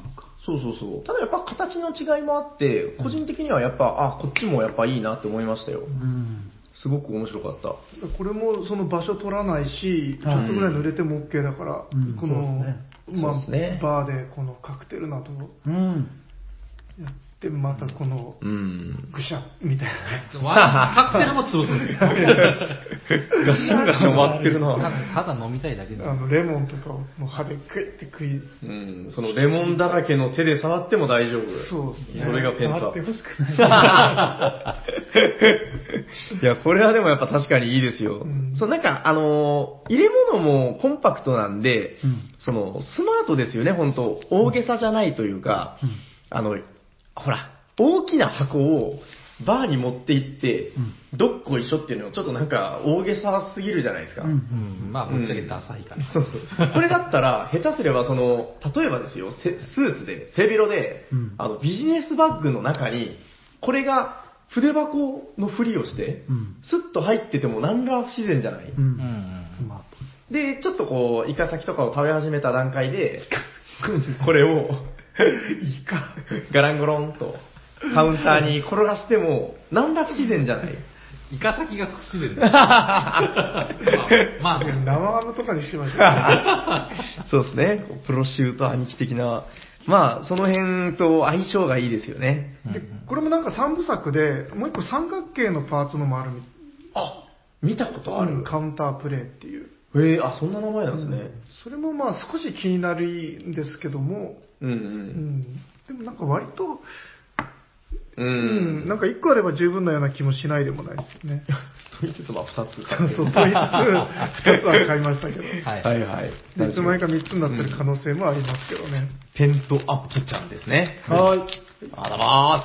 そうそうそう。ただやっぱ形の違いもあって、個人的にはやっぱ、あ、こっちもやっぱいいなって思いましたよ。うん。すごく面白かった。 これもその場所取らないし、ちょっとぐらい濡れても OK だから、うん、この、ね、まあ、ね、バーでこのカクテルなどをやってまたこの、うん、ぐしゃみたいな。カクテルも潰すんですよ。 ガシャンガシャン割ってるな。 ただ飲みたいだけで。 あの、レモンとかをもう歯でクイって食い。 うん、そのレモンだらけの手で触っても大丈夫。 そうですね。 それがペンタ。 触ってほしくない。いや、これはでもやっぱ確かにいいですよ。うん、そう、なんか、あのー、入れ物もコンパクトなんで、うん、その、スマートですよね、本当大げさじゃないというか、うん、あの、ほら、大きな箱をバーに持って行って、うん、どっこいしょっていうのはちょっとなんか大げさすぎるじゃないですか。うんうん、まあ、ぶっちゃけダサいから、うん。 そう。これだったら、下手すればその、例えばですよ、スーツで、背広で、うん、あの、ビジネスバッグの中に、これが筆箱のふりをして、うん、スッと入ってても何ら不自然じゃない、うんうん、スマート。で、ちょっとこう、イカ先とかを食べ始めた段階で、これを、イカ、ガランゴロンと、カウンターに転がしても、何ら不自然じゃないイカ先が不自然です。まあ、 まあ、生ハムとかにしましょう。 そうですね。プロシュート兄貴的な。まあ、その辺と相性がいいですよね。 で、これもなんか三部作で、もう一個三角形のパーツのもあるみたい。 あ、見たことある、 うん、カウンタープレイっていう。 えー、あ、そんな名前なんですね、うん。 それもまあ少し気になるんですけども、うんうんうん、でもなんか割と、うん、うん、なんか一個あれば十分なような気もしないでもないですよね。 統一は二つ。 そうそう、統一二つは買いましたけど。 はいはいはい。 いつの間にか三つになってる可能性もありますけどね。 ペントアップちゃんですね。 はい。 ありがとうございます。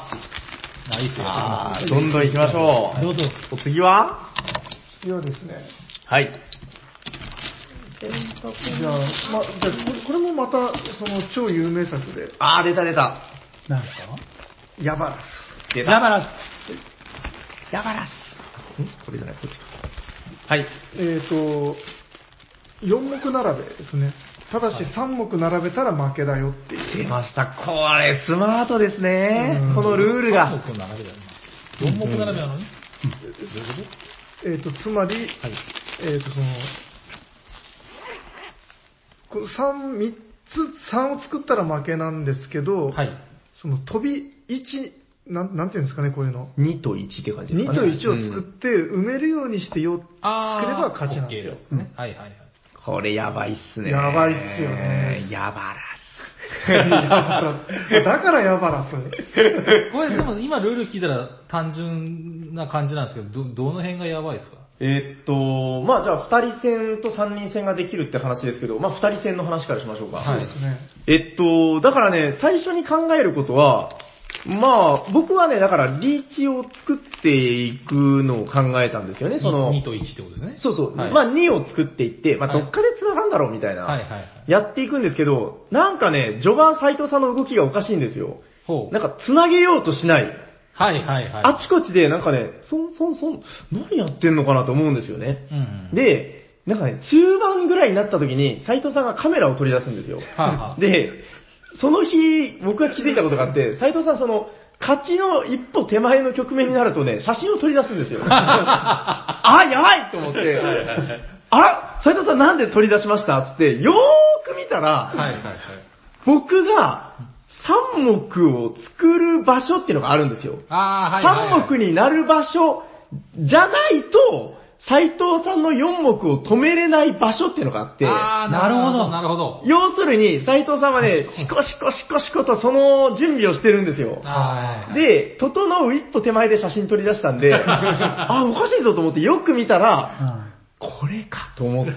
あ、いいっすよ。 あー、どんどん行きましょう。 どうぞ。 お次は次はですね。 はい。 じゃあ、ま、じゃあこれ、これもまた、その超有名作で。 あー、出た出た。 何ですか？ ヤバラス。ヤバラス。 ヤバラス。んこれじゃない、こっちか。はい。 えっ、ー、と、よん目並べですね。ただしさん目並べたら負けだよっていう。 出ました。これ、スマートですね。このルールが。 さん目並べだよな。よん目並べなのに、 うん、えっ、ー、と、つまり、はい、えっ、ー、と、その、3、3つ、さんを作ったら負けなんですけど、はい、その飛びいち、なん、なんていうんですかね、こういうの。 にといちって感じですかね。 にといちを作って埋めるようにしてよ、うん、作れば勝ちなんですよ。 うん、はいはいはい。 これやばいっすね。 やばいっすよね。 やばらす。やばらす。だからやばらす。 これでも今ルール聞いたら単純な感じなんですけど、ど、どの辺がやばいですか？ えー、っと、まあじゃあふたり戦とさんにん戦ができるって話ですけど、まあふたり戦の話からしましょうか。 そうですね。 えっと、だからね、最初に考えることは、まあ、僕はね、だからリーチを作っていくのを考えたんですよね、その。 にといちってことですね。 そうそう。はい、まあにを作っていって、まあどっかで繋がんだろうみたいな。 はいはいはい。 やっていくんですけど、なんかね、序盤斉藤さんの動きがおかしいんですよ。ほう。なんか繋げようとしない。 はいはいはい。 あちこちでなんかね、そんそんそん、何やってんのかなと思うんですよね。うんうん、で、なんかね、中盤ぐらいになった時に、斉藤さんがカメラを取り出すんですよ。はあはあ、で、その日、僕が気づいたことがあって、斉藤さんその、勝ちの一歩手前の局面になるとね、写真を取り出すんですよ。あ、やばいと思って、あら斉藤さんなんで取り出しましたつって、よーく見たら、はいはいはい、僕がさん目を作る場所っていうのがあるんですよ。あ、はいはいはい、さん目になる場所じゃないと、斉藤さんのよん目を止めれない場所っていうのがあって。 ああ、なるほど、なるほど。 要するに、斉藤さんはね、シコシコシコシコとその準備をしてるんですよ。で、整う一歩手前で写真撮り出したんで、あ、おかしいぞと思ってよく見たら、これかと思って、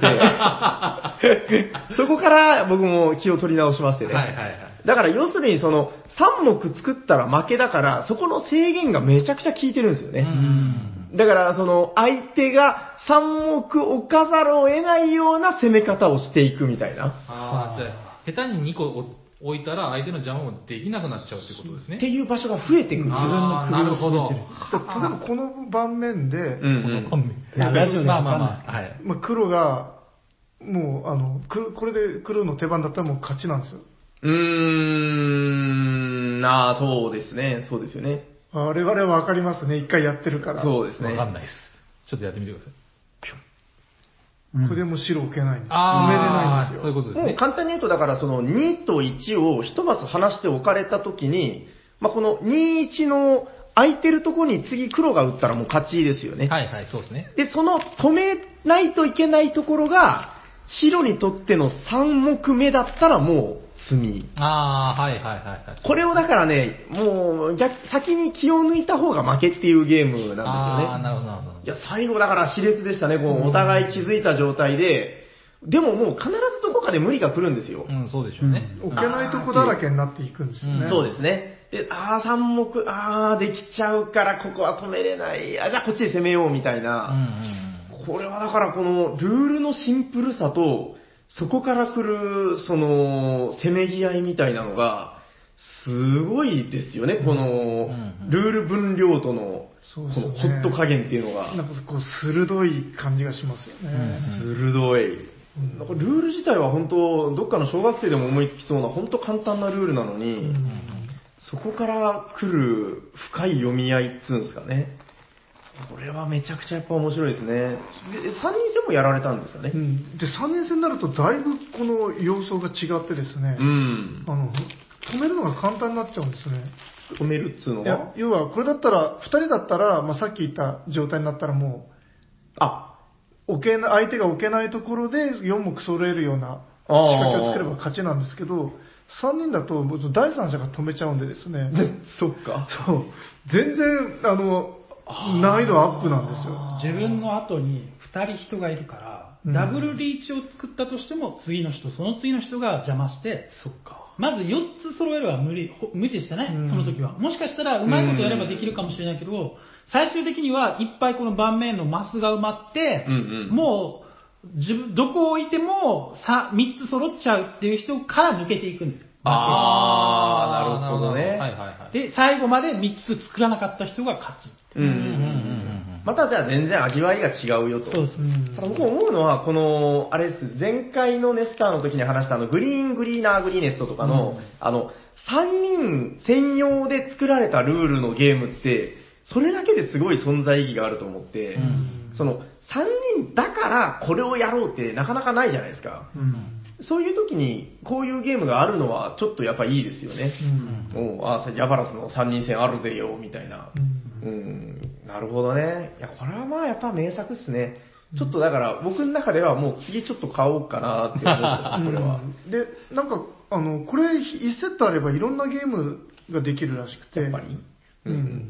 そこから僕も気を取り直しましてね。はいはいはい、だから要するにそのさん目作ったら負けだから、そこの制限がめちゃくちゃ効いてるんですよね。うんだから、その、相手がさん目置かざるを得ないような攻め方をしていくみたいな。 ああ、じゃあ、下手ににこ置いたら相手の邪魔もできなくなっちゃうってことですね。 っていう場所が増えていく。自分のなるほど。 例えばこの盤面で、うんうん、 この盤面。ラジオでまあまあまあ、はい。 まあ、黒が、もう、あの、これで黒の手番だったらもう勝ちなんですよ。 うーん、ああ、そうですね。そうですよね。 我々はわかりますね。一回やってるから。 そうですね。 わかんないです。ちょっとやってみてください。 これでも白置けないんです。 あ止めれないんですよ。 そういうことですね。 もう簡単に言うと、だからそのにといちを一マス離して置かれたときに、まあ、このに、いちの空いてるところに次黒が打ったらもう勝ちですよね。 はいはい、そうですね。 で、その止めないといけないところが、白にとってのさん目目だったらもう詰み。 ああ、はいはいはいはい。 これをだからね、もう逆、先に気を抜いた方が負けっていうゲームなんですよね。 ああ、なるほどなるほど。 いや、最後だから熾烈でしたね。こうお互い気づいた状態で、でももう必ずどこかで無理が来るんですよ。 うん、そうでしょうね。 置けないとこだらけになっていくんですよね。 うん、そうですね。で、あーさん目、あーできちゃうからここは止めれない。あ、じゃあこっちで攻めようみたいな。 うんうん、 これはだからこのルールのシンプルさと、そこから来る、その、せめぎ合いみたいなのが、すごいですよね、この、ルール分量との、このホット加減っていうのが。 なんかこう、鋭い感じがしますよね。 鋭い。なんかルール自体は本当、どっかの小学生でも思いつきそうな、本当簡単なルールなのに、そこから来る深い読み合いっつうんですかね。これはめちゃくちゃやっぱ面白いですね。で、さんにん戦もやられたんですかね。 うん、で、さんにん戦になるとだいぶこの様相が違ってですね、 うん、 あの止めるのが簡単になっちゃうんですね。 止めるっつうのは要は、これだったら、ふたりだったら、まあ、さっき言った状態になったらもう、 あ、 置けな相手が置けないところでよん目揃えるような仕掛けを作れば勝ちなんですけど、さんにんだとだいさん者が止めちゃうんでですね。 そっか。 そう。全然、あの、難易度アップなんですよ。 自分の後にふたり人がいるから、うん、ダブルリーチを作ったとしても、次の人、その次の人が邪魔して、 そっか。 まずよっつ揃えるは無理、無理でしたね、うん、その時は。もしかしたらうまいことやればできるかもしれないけど、最終的にはいっぱいこの盤面のマスが埋まって、うんうん、もう、自分、どこを置いてもさみっつ揃っちゃうっていう人から抜けていくんですよ。 あー、なるほどね。はいはいはい。 で、最後までみっつ作らなかった人が勝ち。 うんうんうんうん。またじゃあ全然味わいが違うよと。そうですね。ただ僕思うのは、この、あれです、前回のネスターの時に話したあの、グリーングリーナーグリーネストとかの、うん、あの、さんにん専用で作られたルールのゲームって、それだけですごい存在意義があると思って、うん、その、さんにんだからこれをやろうってなかなかないじゃないですか。うん、そういう時にこういうゲームがあるのはちょっとやっぱいいですよね。うん、おあヤバラスのさんにん戦あるでよ、みたいな。うん、うん、なるほどね。いや、これはまあやっぱ名作っすね。ちょっとだから僕の中ではもう次ちょっと買おうかなって思ってます、これは。 で、なんか、あの、これいちセットあればいろんなゲームができるらしくて。 やっぱりうん。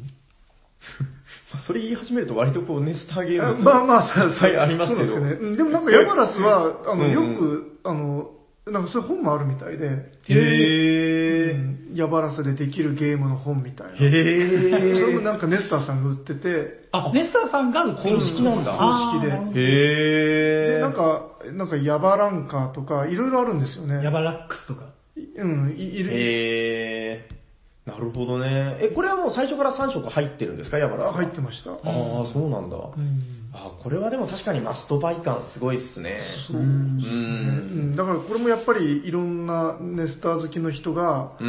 それ言い始めると割とこうネスターゲームまあまあ、 はい、ありますけど。 そうですね。でもなんかヤバラスは、あの、よく、あの、なんかそういう本もあるみたいで。 へー。 うん、ヤバラスでできるゲームの本みたいな。 へー。 それもなんかネスターさんが売ってて。 あ、ネスターさんが売ってる公式なんだ。 公式で。 へー。 で、なんか、なんかヤバランカーとか、いろいろあるんですよね。 ヤバラックスとか。 うん、いる。 へー。なるほどね。え、これはもう最初からさん色入ってるんですか、ヤバラス？ 入ってました。あああ、そうなんだ。うん、あこれはでも確かにマストバイ感すごいっすね。 そうですね。うん。だからこれもやっぱりいろんなネスター好きの人が、うん、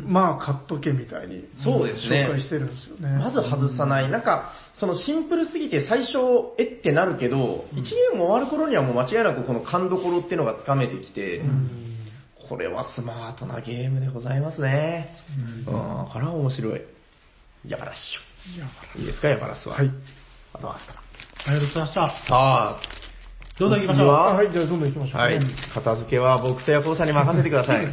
まあ買っとけみたいに、 そうですね。 紹介してるんですよね。 まず外さない。なんか、そのシンプルすぎて最初、えってなるけど、いちゲーム終わる頃にはもう間違いなくこの勘どころっていうのがつかめてきて、うんこれはスマートなゲームでございますね。うん。うん、これは面白い。ヤバラッシュ。いいですか、ヤバラスは。 はい。 ありがとうございました。 さあ、 どんどん行きましょう。 はい、じゃあどんどん行きましょう。 はい。片付けは僕とヤコウさんに任せてください。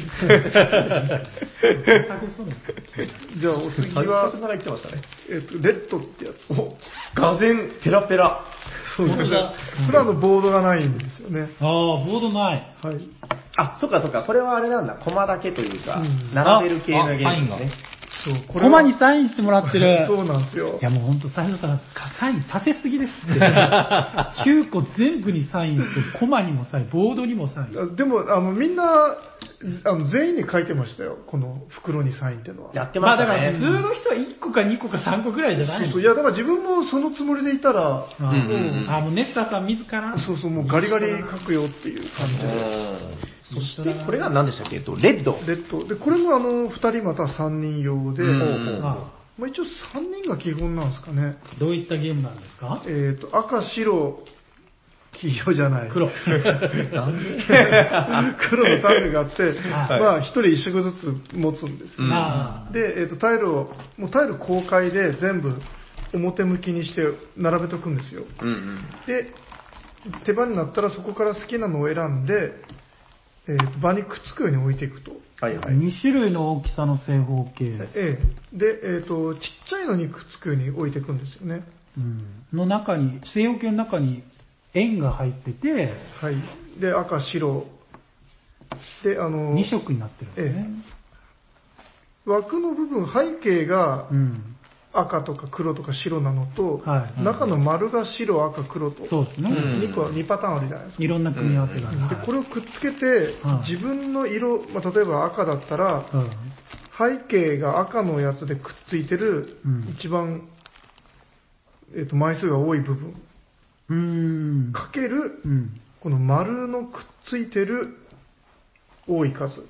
じゃあお次は、 さんが言ってましたね。 えっと、レッドってやつ。 お、画然ペラペラ。 そうですね。普段のボードがないんですよね。 ああ、ボードない。 はい。 あ、そっかそっか。これはあれなんだ。コマだけというか、うん、並べる系のゲームですね。 そう、これコマにサインしてもらってる。 そうなんですよ。 いやもうほんと、最初からサインさせすぎですって。きゅうこ全部にサインして、コマにもサイン、ボードにもサイン。 でも、あの、みんな、 あの全員に書いてましたよ、この袋にサインっていうのは。 やってましたね。 まあだから普通の人はいっこかにこかさんこくらいじゃないの？ そうそう、いやだから自分もそのつもりでいたら、 うんうん、あ、もうネスタさん自らそうそう、もうガリガリ書くよっていう感じで。 そしてこれが何でしたっけ、えっと、レッド。 レッド。で、これもあの、ふたりまたさんにん用で、まあ、一応さんにんが基本なんですかね。 どういったゲームなんですか？ えっと、赤、白、黄色じゃない。 黒。 なんで黒のタイルがあって、まあ、一人一色ずつ持つんですよ、ね。で、えっと、タイルを、もうタイル公開で全部表向きにして並べとくんですよ。うんうん、で、手番になったらそこから好きなのを選んで、えー、と場にくっつくように置いていくと。 はいはい、に種類の大きさの正方形。 ええ、で、えーと、ちっちゃいのにくっつくように置いていくんですよね。 うん、の中に、正方形の中に円が入ってて、 はい。で、赤、白。で、あの、 に色になってるんですね。 ええ、枠の部分、背景が、うん赤とか黒とか白なのと、はい、中の丸が白、赤、黒と、 そうですね、 にこ、にパターンあるじゃないですか。 いろんな組み合わせがある。 で、これをくっつけて、はい、自分の色、まあ、例えば赤だったら、うん、背景が赤のやつでくっついてる、うん、一番、えーと、枚数が多い部分、うーんかける、うん、この丸のくっついてる多い数。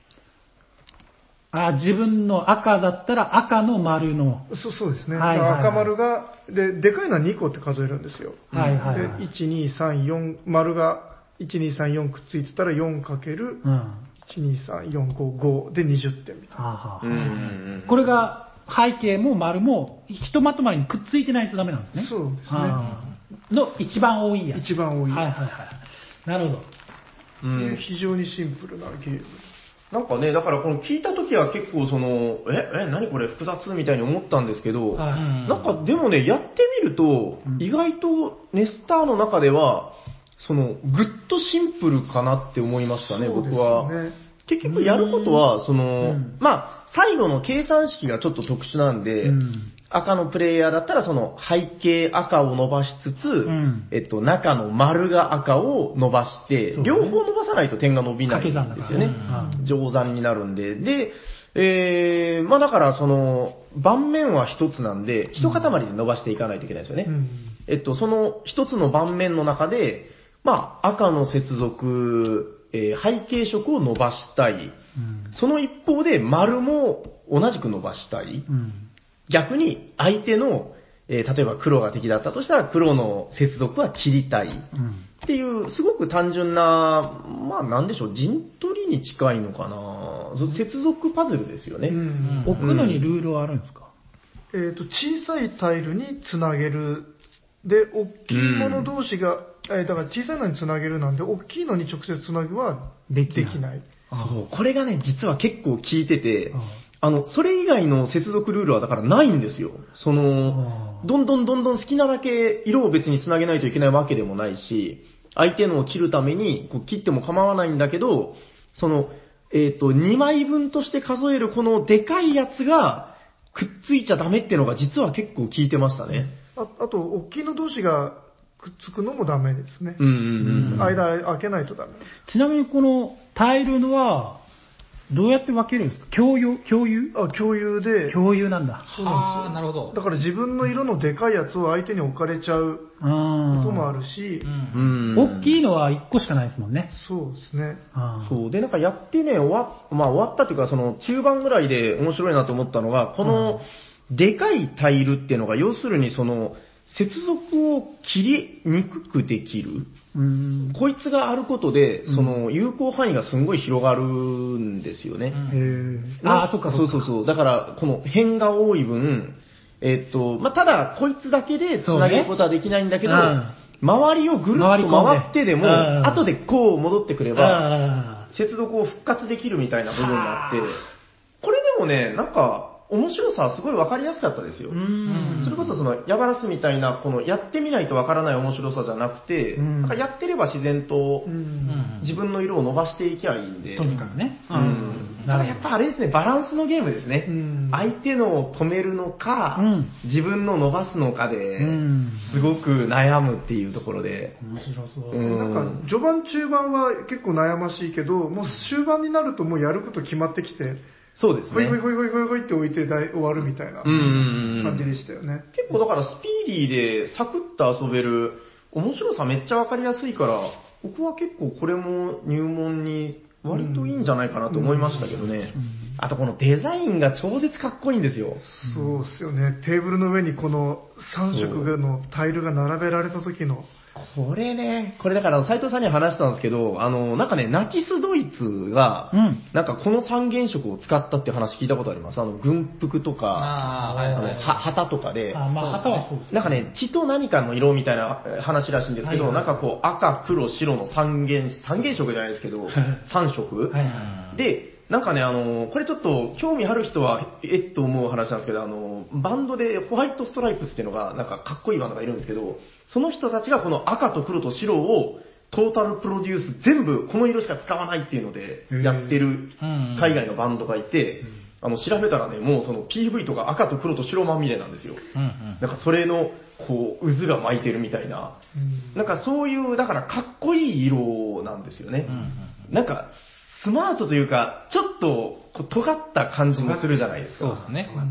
あ、自分の赤だったら赤の丸の。 そうそうですね。はいはいはい、赤丸が、で、でかいのはにこって数えるんですよ。はいはいはい、で、いち、に、さん、よん、丸がいち、に、さん、よんくっついてたらよんかけるいち、に、さん、よん、ご、ごでにじゅってんみたいな。はあはあ、うんうんうん、これが背景も丸もひとまとまりにくっついてないとダメなんですね。 そうですね。 の一番多いやつ。 一番多いやつ。はいはいはい。 なるほど。 うん、非常にシンプルなゲーム。 なんかね、だからこの聞いたときは結構その、え、え、何これ複雑みたいに思ったんですけど、はい、なんかでもね、やってみると、うん、意外とネスターの中では、その、ぐっとシンプルかなって思いましたね、僕は。結局やることは、その、うん、まあ、最後の計算式がちょっと特殊なんで、うん、赤のプレイヤーだったらその背景赤を伸ばしつつ、うん、えっと、中の丸が赤を伸ばして、ね、両方伸ばさないと点が伸びないんですよね。乗算になるんで。で、えー、まあだからその、盤面は一つなんで、一塊で伸ばしていかないといけないですよね。うん、えっと、その一つの盤面の中で、まあ赤の接続、えー、背景色を伸ばしたい、うん。その一方で丸も同じく伸ばしたい。うん、逆に相手の、えー、例えば黒が敵だったとしたら黒の接続は切りたい。うん、っていう、すごく単純な、まあなんでしょう、陣取りに近いのかな。接続パズルですよね。うん、 置くのにルールはあるんですか？ えっ、ー、と、小さいタイルにつなげる。で、大きいもの同士が、えー、だから小さいのにつなげるなんで、大きいのに直接つなぐはできない。 そう、これがね、実は結構効いてて、あの、それ以外の接続ルールはだからないんですよ。その、どんどんどんどん好きなだけ色を別につなげないといけないわけでもないし、相手のを切るためにこう切っても構わないんだけど、その、えっと、にまいぶんとして数えるこのでかいやつがくっついちゃダメっていうのが実は結構効いてましたね。 あ, あと、大きいの同士がくっつくのもダメですね。うんうんうん、間開けないとダメです。 ちなみにこのタイルのは、どうやって分けるんですか？共有共有あ、共有で。 共有なんだ。 そうなんですよ。 なるほど。 だから自分の色のでかいやつを相手に置かれちゃうこともあるし。うん、 大きいのはいっこしかないですもんね。 そうですね。 そう。で、なんかやってね、終わ、まあ終わったっていうか、その中盤ぐらいで面白いなと思ったのが、このでかいタイルっていうのが、要するにその、接続を切りにくくできる。うん、こいつがあることで、その有効範囲がすんごい広がるんですよね。うん、 へああ、そっかそっか。 そうそうそう。だから、この辺が多い分、えっと、まあ、ただ、こいつだけで繋げることはできないんだけど、ね、うん、周りをぐるっと回ってでも、後でこう戻ってくれば、接続を復活できるみたいな部分があって、これでもね、なんか、 面白さはすごい分かりやすかったですよ。うんそれこそそのヤバラスみたいな、このやってみないと分からない面白さじゃなくて、なんかやってれば自然と自分の色を伸ばしていきゃいいんで。 とにかくね。 うん。だからやっぱあれですね、バランスのゲームですね。相手のを止めるのか、うん、自分の伸ばすのかで、すごく悩むっていうところで。 面白そう。 うん、なんか序盤中盤は結構悩ましいけど、もう終盤になるともうやること決まってきて、 そうですね。 ほいほいほいほいほいほいって置いて終わるみたいな感じでしたよね。 結構だからスピーディーでサクッと遊べる、面白さめっちゃわかりやすいから、僕は結構これも入門に割といいんじゃないかなと思いましたけどね。あとこのデザインが超絶かっこいいんですよ。 そうっすよね。テーブルの上にこのさん色のタイルが並べられた時の。 これね、これだから斉藤さんには話したんですけど、あの、なんかね、ナチスドイツが、うん、なんかこの三原色を使ったっていう話聞いたことあります。あの、軍服とか、ああの旗とかで、 あまあ旗はそうです、ね。 なんかね、血と何かの色みたいな話らしいんですけど、はいはい、なんかこう赤、黒、白の三原、三原色じゃないですけど、三色、はいはい、で、なんかね、あの、これちょっと興味ある人は、えっと思う話なんですけど、あの、バンドでホワイトストライプスっていうのが、なんかかっこいいバンドがいるんですけど、その人たちがこの赤と黒と白をトータルプロデュース全部この色しか使わないっていうのでやってる海外のバンドがいて、あの、調べたらね、もうその ピーブイ とか赤と黒と白まみれなんですよ。なんかそれの、こう、渦が巻いてるみたいな。なんかそういう、だからかっこいい色なんですよね。なんか、スマートというか、ちょっとこう尖った感じもするじゃないですか。 そうですね。 うん。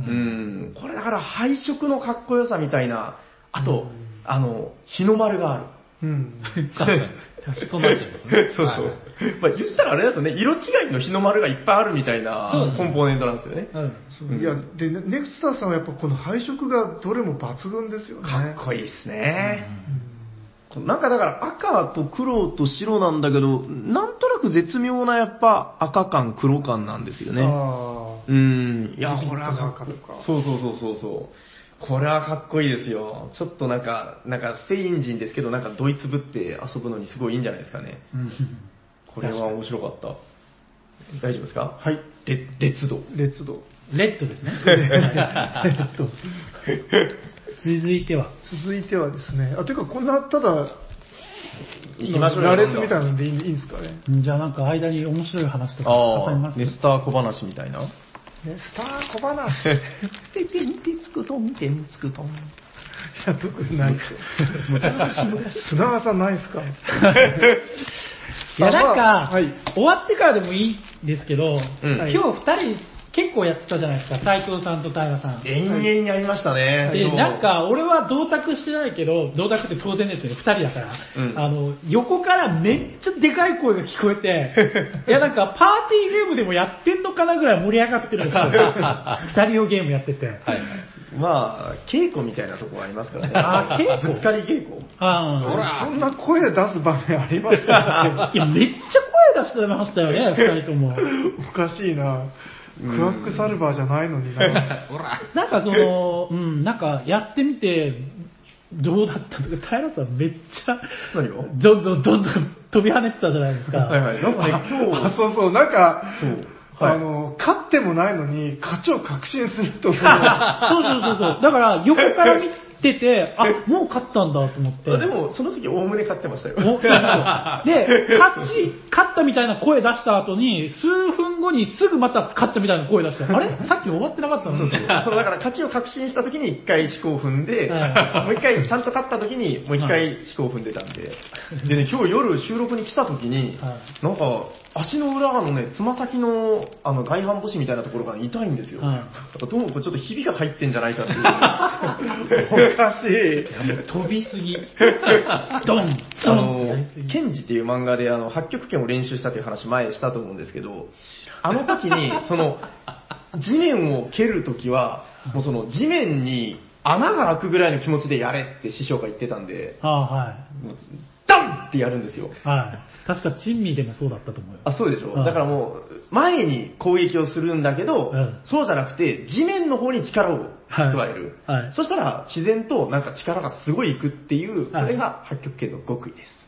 これだから配色のかっこよさみたいな、あと、あの、日の丸がある。 うん。確かに。そうなっちゃいますね。 そうそう。まあ言ったらあれですよね、色違いの日の丸がいっぱいあるみたいなコンポーネントなんですよね。 うん、いや、で、ネクスターさんはやっぱこの配色がどれも抜群ですよね。 かっこいいですね。うん、なんかだから赤と黒と白なんだけど、なんとなく絶妙なやっぱ赤感、黒感なんですよね。あうん。いや、これはかっこいい。そうそうそうそうそう。これはかっこいいですよ。ちょっとなんか、なんかスペイン人ですけど、なんかドイツぶって遊ぶのにすごいいいんじゃないですかね。うん、これは面白かった。大丈夫ですか？ はい。 レレッツド。 レッツド。 レッドですね。レッド。続いては続いてはですね、あ、というかこんな、ただ、 行きましょうよ。 羅列みたいなのでいいんですかね。 じゃあなんか間に面白い話とか挟みますネスター小話みたいな。 ネスター小話。 ててんてつくとんてんつくとん。いや、特にないですよ。昔々。砂川さんないですか？ いや、なんか、はい、終わってからでもいいんですけど、うん、今日二人結構やってたじゃないですか、斉藤さんと平さん。 延々にやりましたね。 で、なんか、俺は同卓してないけど、同卓って当然ですけど、二人だから、うん、あの、横からめっちゃでかい声が聞こえて、いや、なんか、パーティーゲームでもやってんのかなぐらい盛り上がってるんですよ。二人用ゲームやってて。はい、 まあ、稽古みたいなところありますからね。 あ、稽古ぶつかり稽古。 ああ、そんな声出す場面ありましたいや、めっちゃ声出してましたよね、二人とも。 おかしいな。クワックサルバーじゃないのにな。 なんかその、うん、なんかやってみて、どうだったとか、平さんめっちゃ、 何をどんどんどんどん飛び跳ねてたじゃないですか。 はいはい。なんかね、今日。 あ、そうそう、なんか、そうはい、あの、勝ってもないのに、勝ちを確信すると思う。そうそうそうそう。だから、横から見てて、あ、もう勝ったんだと思って。 でも、その時、おおむね勝ってましたよ。 で、勝ち、勝ったみたいな声出した後に、数分後にすぐまた勝ったみたいな声出して、あれさっき終わってなかったの？ そうそう。そのだから勝ちを確信した時に一回思考を踏んで、もう一回ちゃんと勝った時にもう一回思考を踏んでたんで。でね、今日夜収録に来た時に、なんか、足の裏のね、つま先のあの外反母趾みたいなところが痛いんですよ。だからどうもこれちょっとひびが入ってんじゃないかっていう。 おかしい。 いやもう飛びすぎ。ドンあの、ケンジっていう漫画であの、八極拳を練習したという話前したと思うんですけど、あの時に、その、地面を蹴るときは、もうその地面に穴が開くぐらいの気持ちでやれって師匠が言ってたんで、 ああ、はい。 ダンってやるんですよ。 はい。確か珍味でもそうだったと思うよ。 あ、そうでしょ。だからもう、前に攻撃をするんだけど、うん、そうじゃなくて、地面の方に力を加える。はいはい、そしたら、自然となんか力がすごいいくっていう、これが八極拳の極意です。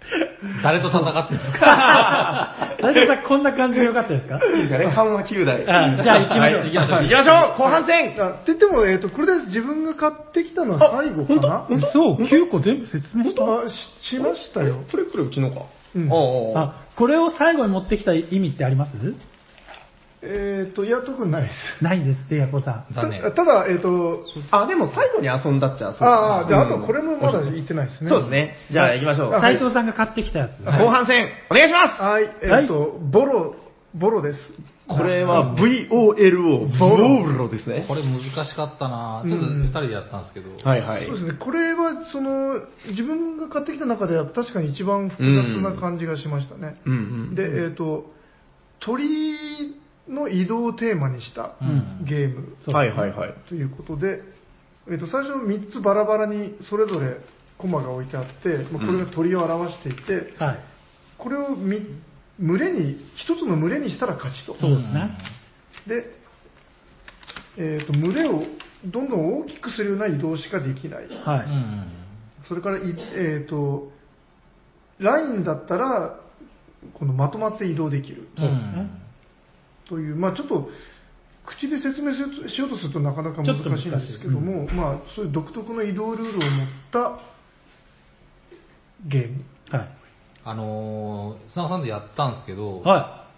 誰と戦ってるんですか大丈夫さん、こんな感じでよかったですか？ いいですかね、緩和きゅうだい。 じゃあ行きましょう。 はい、行きましょう。行きましょう後半戦って言っても、えっと、これで自分が買ってきたのは最後かな。 そう、きゅうこ全部説明した。 あ、し、しましたよ。 これこれうちのか。 うん。 あ、これを最後に持ってきた意味ってあります？ えっと、いや、特にないです。 ないんですって、ヤコさん。 残念。 ただ、えっと、 あ、でも最後に遊んだっちゃそう。 ああ、じゃあ、あとこれもまだ言ってないですね。 そうですね。じゃあ行きましょう。 斉藤さんが買ってきたやつ。 後半戦、お願いしますはい、えっと、ボロ、ボロです。 これは ブイオーエルオー、ボロですね。 これ難しかったなちょっと二人でやったんですけど。 はいはい。 そうですね。これは、その、自分が買ってきた中では確かに一番複雑な感じがしましたね。 うんうん、 で、えっと、鳥の移動をテーマにしたゲーム、 うん、はいはいはい。 ということで、えっと、最初みっつバラバラにそれぞれコマが置いてあって、まあ、これが鳥を表していて、うんはい、これをみ群れに、一つの群れにしたら勝ちと。 そうですね。 で、えっと、群れをどんどん大きくするような移動しかできない。はい。それから、えっと、ラインだったら、このまとまって移動できる。そうですね。という、まあちょっと、口で説明しようとするとなかなか難しいんですけども、うん、まあそういう独特の移動ルールを持ったゲーム。はい。 あのー、砂さんでやったんですけど、 はい。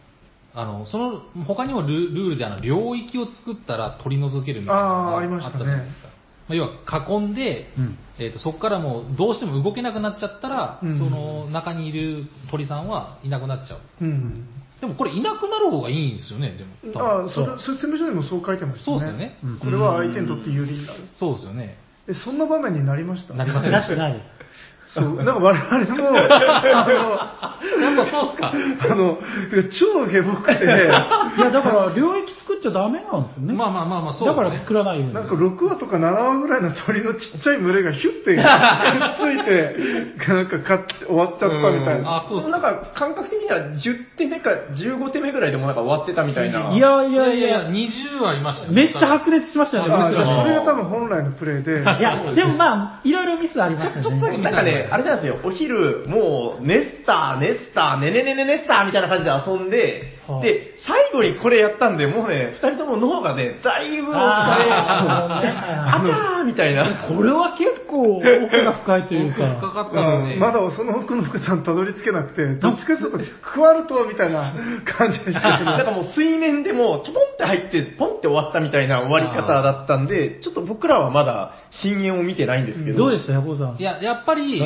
あの、その、他にもルルールであの、領域を作ったら取り除けるみたいなのがあったじゃないですか。まあ、要は囲んで、うん、えーと、そこからもうどうしても動けなくなっちゃったら、うん、その中にいる鳥さんはいなくなっちゃう。うんでもこれいなくなる方がいいんですよね、でも。 ああ、それ、説明書にもそう書いてますよね。 そうですよね。 これは相手にとって有利になる。 そうですよね。 え、そんな場面になりました？ なりませんでした。 ないです。 そう、なんか我々も、あの、 やっぱそうっすか。 あの、超ヘボくて、いや、だから領域作っちゃダメなんですよね。 まあまあまあまあ、そうですね。だから作らないように。 なんかろくわとかななわぐらいの鳥のちっちゃい群れがヒュッてくっついて、なんかか終わっちゃったみたいな。 あ、そうそう。なんか感覚的にはじゅってんめかじゅうごてんめぐらいでもなんか終わってたみたいな。 いやいやいやいや、 にじゅうはありましたね。 めっちゃ白熱しましたよね。 あ、じゃあそれが多分本来のプレイで。 いや、でもまあ、いろいろミスありましたね。 ちょっとだけなんかね、あれなんですよ、お昼、もう、ネスター、ネスター、ねねねねネスターみたいな感じで遊んで、はあ、で、最後にこれやったんで、もうね、二人とも脳がね、だいぶお疲れ、あちゃーみたいな。 これは結構、奥が深いというか。 奥深かったね。 まだその奥の深さにたどり着けなくて、どっちかというと、クワルトみたいな感じでしたけど。 なんかもう水面でもう、ちょぽんって入って、ポンって終わったみたいな終わり方だったんで、ちょっと僕らはまだ、深淵を見てないんですけど。 どうでしたヤコウさん。 いや、やっぱり、うん、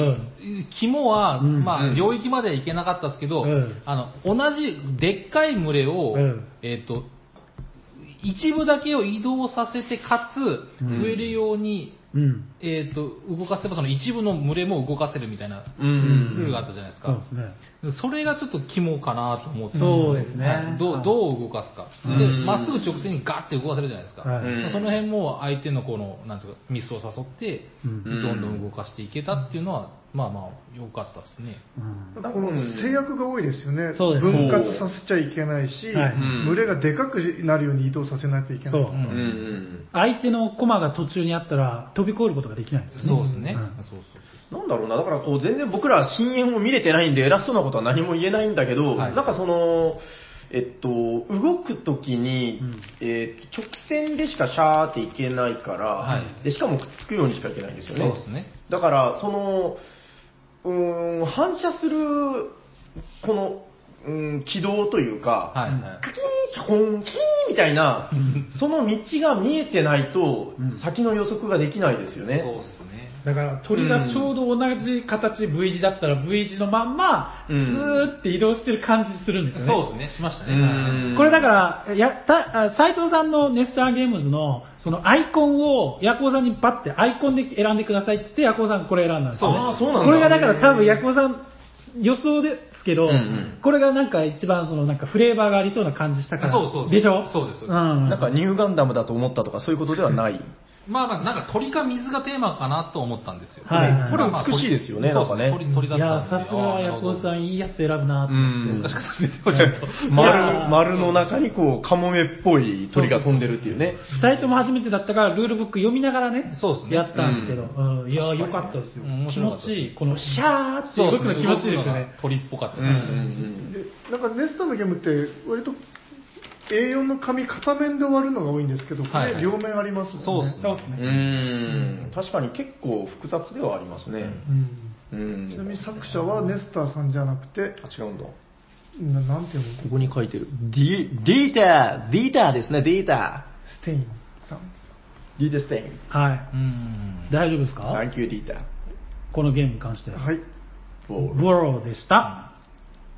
肝は、うん、まあ、領域まではいけなかったですけど、うん、あの、同じ、でっかい群れを、うん、えっと、一部だけを移動させて、かつ、増えるように、うん、えっと、動かせば、その一部の群れも動かせるみたいな、ルールがあったじゃないですか。そうですね。それがちょっと肝かなと思ってたんですよね。 そうですね。はい、 どう、どう動かすか。で、まっすぐ直線にガッて動かせるじゃないですか。はい、その辺も相手のこの、なんていうか、ミスを誘って、どんどん動かしていけたっていうのは、まあまあ、良かったですね。 うん、この制約が多いですよね。そうです。分割させちゃいけないし、はい、群れがでかくなるように移動させないといけない。そう。うん、 相手の駒が途中にあったら飛び越えることができないんですよね。 そうですね。うん、そうそう。なんだろうな、だからこう全然僕ら深淵を見れてないんで偉そうなことは何も言えないんだけど、はい、なんかその、えっと、動くときに、うん、えー、直線でしかシャーっていけないから、はい、でしかもくっつくようにしかいけないんですよね。 そうですね。 だから、その、うーん、反射する、この、うん、軌道というか、はいはい、カキーン、キャコン、キーンみたいな、その道が見えてないと、先の予測ができないですよね。 そうですね。 だから鳥がちょうど同じ形 V 字だったら V 字のまんま、スーって移動してる感じするんですよね。 そうですね、しましたね。 これだから、やった斉藤さんのネスターゲームズのそのアイコンをヤコウさんにパッてアイコンで選んでくださいって言ってヤコウさんこれ選んだんですよ、ね。 ああ、そうなんだ。 これがだから多分ヤコウさん予想ですけど、うんうん、これがなんか一番そのなんかフレーバーがありそうな感じしたから。 そうそうそう。 でしょ？ そうです。 うん。なんかニューガンダムだと思ったとかそういうことではない。 まあまあ、なんか鳥か水がテーマかなと思ったんですよ。 はい。これ美しいですよね、なんかね。 鳥、鳥だったんで。 いや、さすがヤコウさんいいやつ選ぶなと思って。 難しかったですね、ちゃんと。 丸、丸の中にこう、カモメっぽい鳥が飛んでるっていうね。 二人とも初めてだったから、ルールブック読みながらね、 そうですね。 やったんですけど、うん、いや、良かったですよ。気持ちいい。このシャーって動くの気持ちいいですよね。 鳥っぽかったです。 なんかネスタのゲームって割とエーよん の紙片面で終わるのが多いんですけど、これ両面ありますもんね。 そうですね。 うん。確かに結構複雑ではありますね。 うん。ちなみに作者はネスターさんじゃなくて、 あ、違うんだ。 ななんていうの？ ここに書いてる。ディ、ディーター、ディーターですね、ディーター。ステインさん。 ディーターステイン。 はい。うん。大丈夫ですか？ サンキューディーター。 このゲームに関して。 はい。 ボローでした。 はい、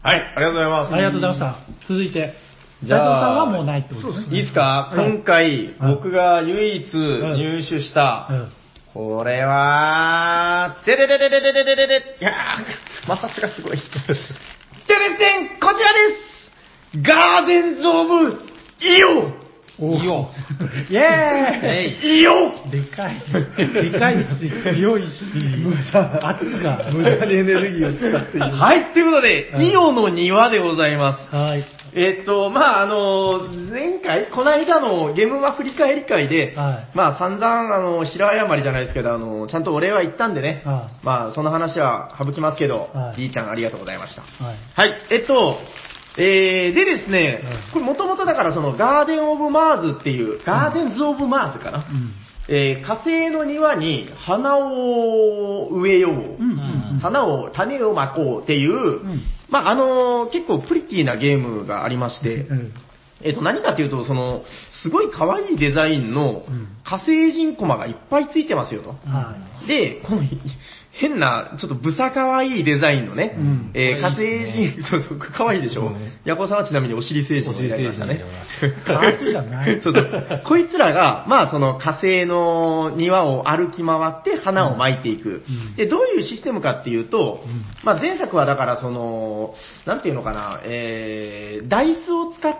ありがとうございます。 ありがとうございました。続いて。じゃあ、斉藤さんはもうないってことですね。 いいですか、はい、今回、僕が唯一入手した、うんうん、これは、でででででででででで、いやー、摩擦がすごい。でですね、こちらです。ガーデンズ・オブ・イオ。 イオ。イェーイイオでかい。でかいし、強いし、圧が。 無駄にエネルギーを使っている。 はい、ということで、はい、イオの庭でございます。 はい。 えっと、まあ、あの、前回、この間のゲームは振り返り会で、はい、まあ、散々、あの、白謝りじゃないですけど、あの、ちゃんとお礼は言ったんでね、はい、まあ、その話は省きますけど、はい、D ちゃんありがとうございました。はい。はい、えっと、えー、でですね、これもともとだからそのガーデンオブマーズっていう、ガーデンズオブマーズかな、うん、えー、火星の庭に花を植えよう、うんうんうん、花を、種をまこうっていう、うん、まあ、あのー、結構プリティなゲームがありまして、うん、えっと、何かっていうと、その、すごい可愛いデザインの火星人コマがいっぱいついてますよと。うん、で、この、変な、ちょっとブサ可愛いデザインのね、うん、えー、火星人、そうそう、可愛いでしょ、うん、ヤコさんはちなみにお尻星人になりましたね。 カートじゃない。 そうそう。こいつらが、まあその火星の庭を歩き回って花を巻いていく。うん、で、どういうシステムかっていうと、うん、まあ前作はだからその、なんていうのかな、えー、ダイスを使った、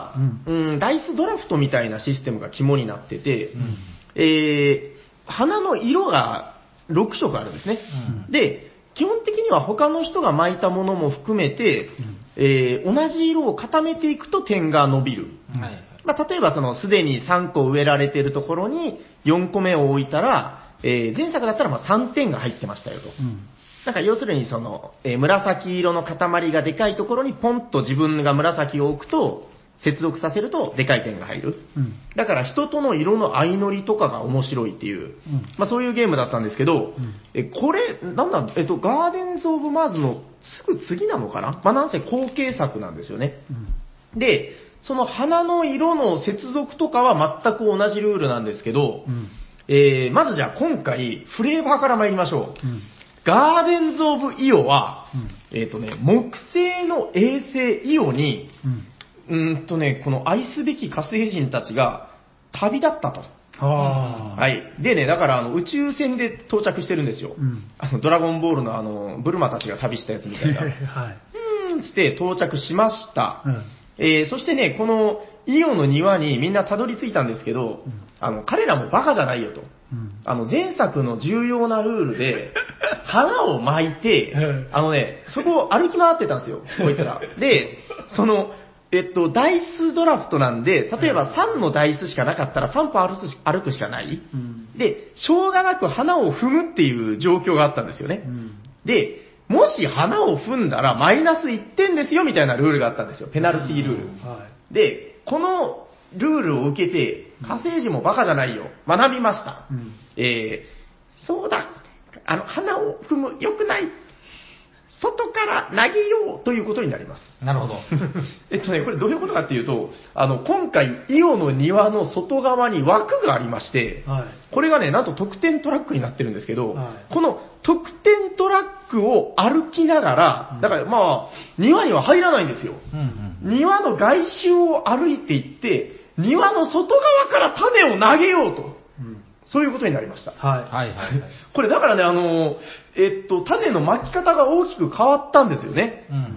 うん、うん、ダイスドラフトみたいなシステムが肝になってて、うん、えー、花の色が、ろくしょくあるんですね、うん。で、基本的には他の人が巻いたものも含めて、うん、えー、同じ色を固めていくと点が伸びる。うん、まあ、例えばそのすでにさんこ植えられているところによんこめを置いたら、えー、前作だったらまあさんてんが入ってましたよと。うん、だから要するにその、えー、紫色の塊がでかいところにポンと自分が紫を置くと、接続させるとでかい点が入る、うん、だから人との色の相乗りとかが面白いっていう、うん、まあそういうゲームだったんですけど、うん、えこれなんだえっとガーデンズ・オブ・マーズのすぐ次なのかな、まあなんせ後継作なんですよね、うん、でその花の色の接続とかは全く同じルールなんですけど、うん、えー、まずじゃあ今回フレーバーから参りましょう、うん、ガーデンズ・オブ・イオは、うん、えっとね木星の衛星イオに、うんうーんとね、この愛すべき火星人たちが旅立ったと。ははい。でね、だからあの宇宙船で到着してるんですよ。うん、あのドラゴンボールのあのブルマたちが旅したやつみたいな。はい、うーんつって到着しました。うん、えー、そしてね、このイオの庭にみんなたどり着いたんですけど、うん、あの彼らもバカじゃないよと。うん、あの前作の重要なルールで花を巻いて、あのね、そこを歩き回ってたんですよ、こいつら。で、そのえっと、ダイスドラフトなんで、例えばさんのダイスしかなかったらさんぽ歩くし歩くしかない、うん、で、しょうがなく花を踏むっていう状況があったんですよね。うん、で、もし花を踏んだらマイナスいってんですよみたいなルールがあったんですよ。ペナルティールール。うんはい、で、このルールを受けて、火星人もバカじゃないよ。学びました。うん、えー、そうだ。あの、花を踏む。良くない。外から投げようということになります。 なるほど。 えっとね、これどういうことかっていうと、あの、今回、イオの庭の外側に枠がありまして、はい、これがね、なんと得点トラックになってるんですけど、はい、この得点トラックを歩きながら、だからまあ、庭には入らないんですよ。うんうん、庭の外周を歩いていって、庭の外側から種を投げようと。そういうことになりました。はい。はいはいはい。これだからね、あの、えっと、種の巻き方が大きく変わったんですよね。うんうん、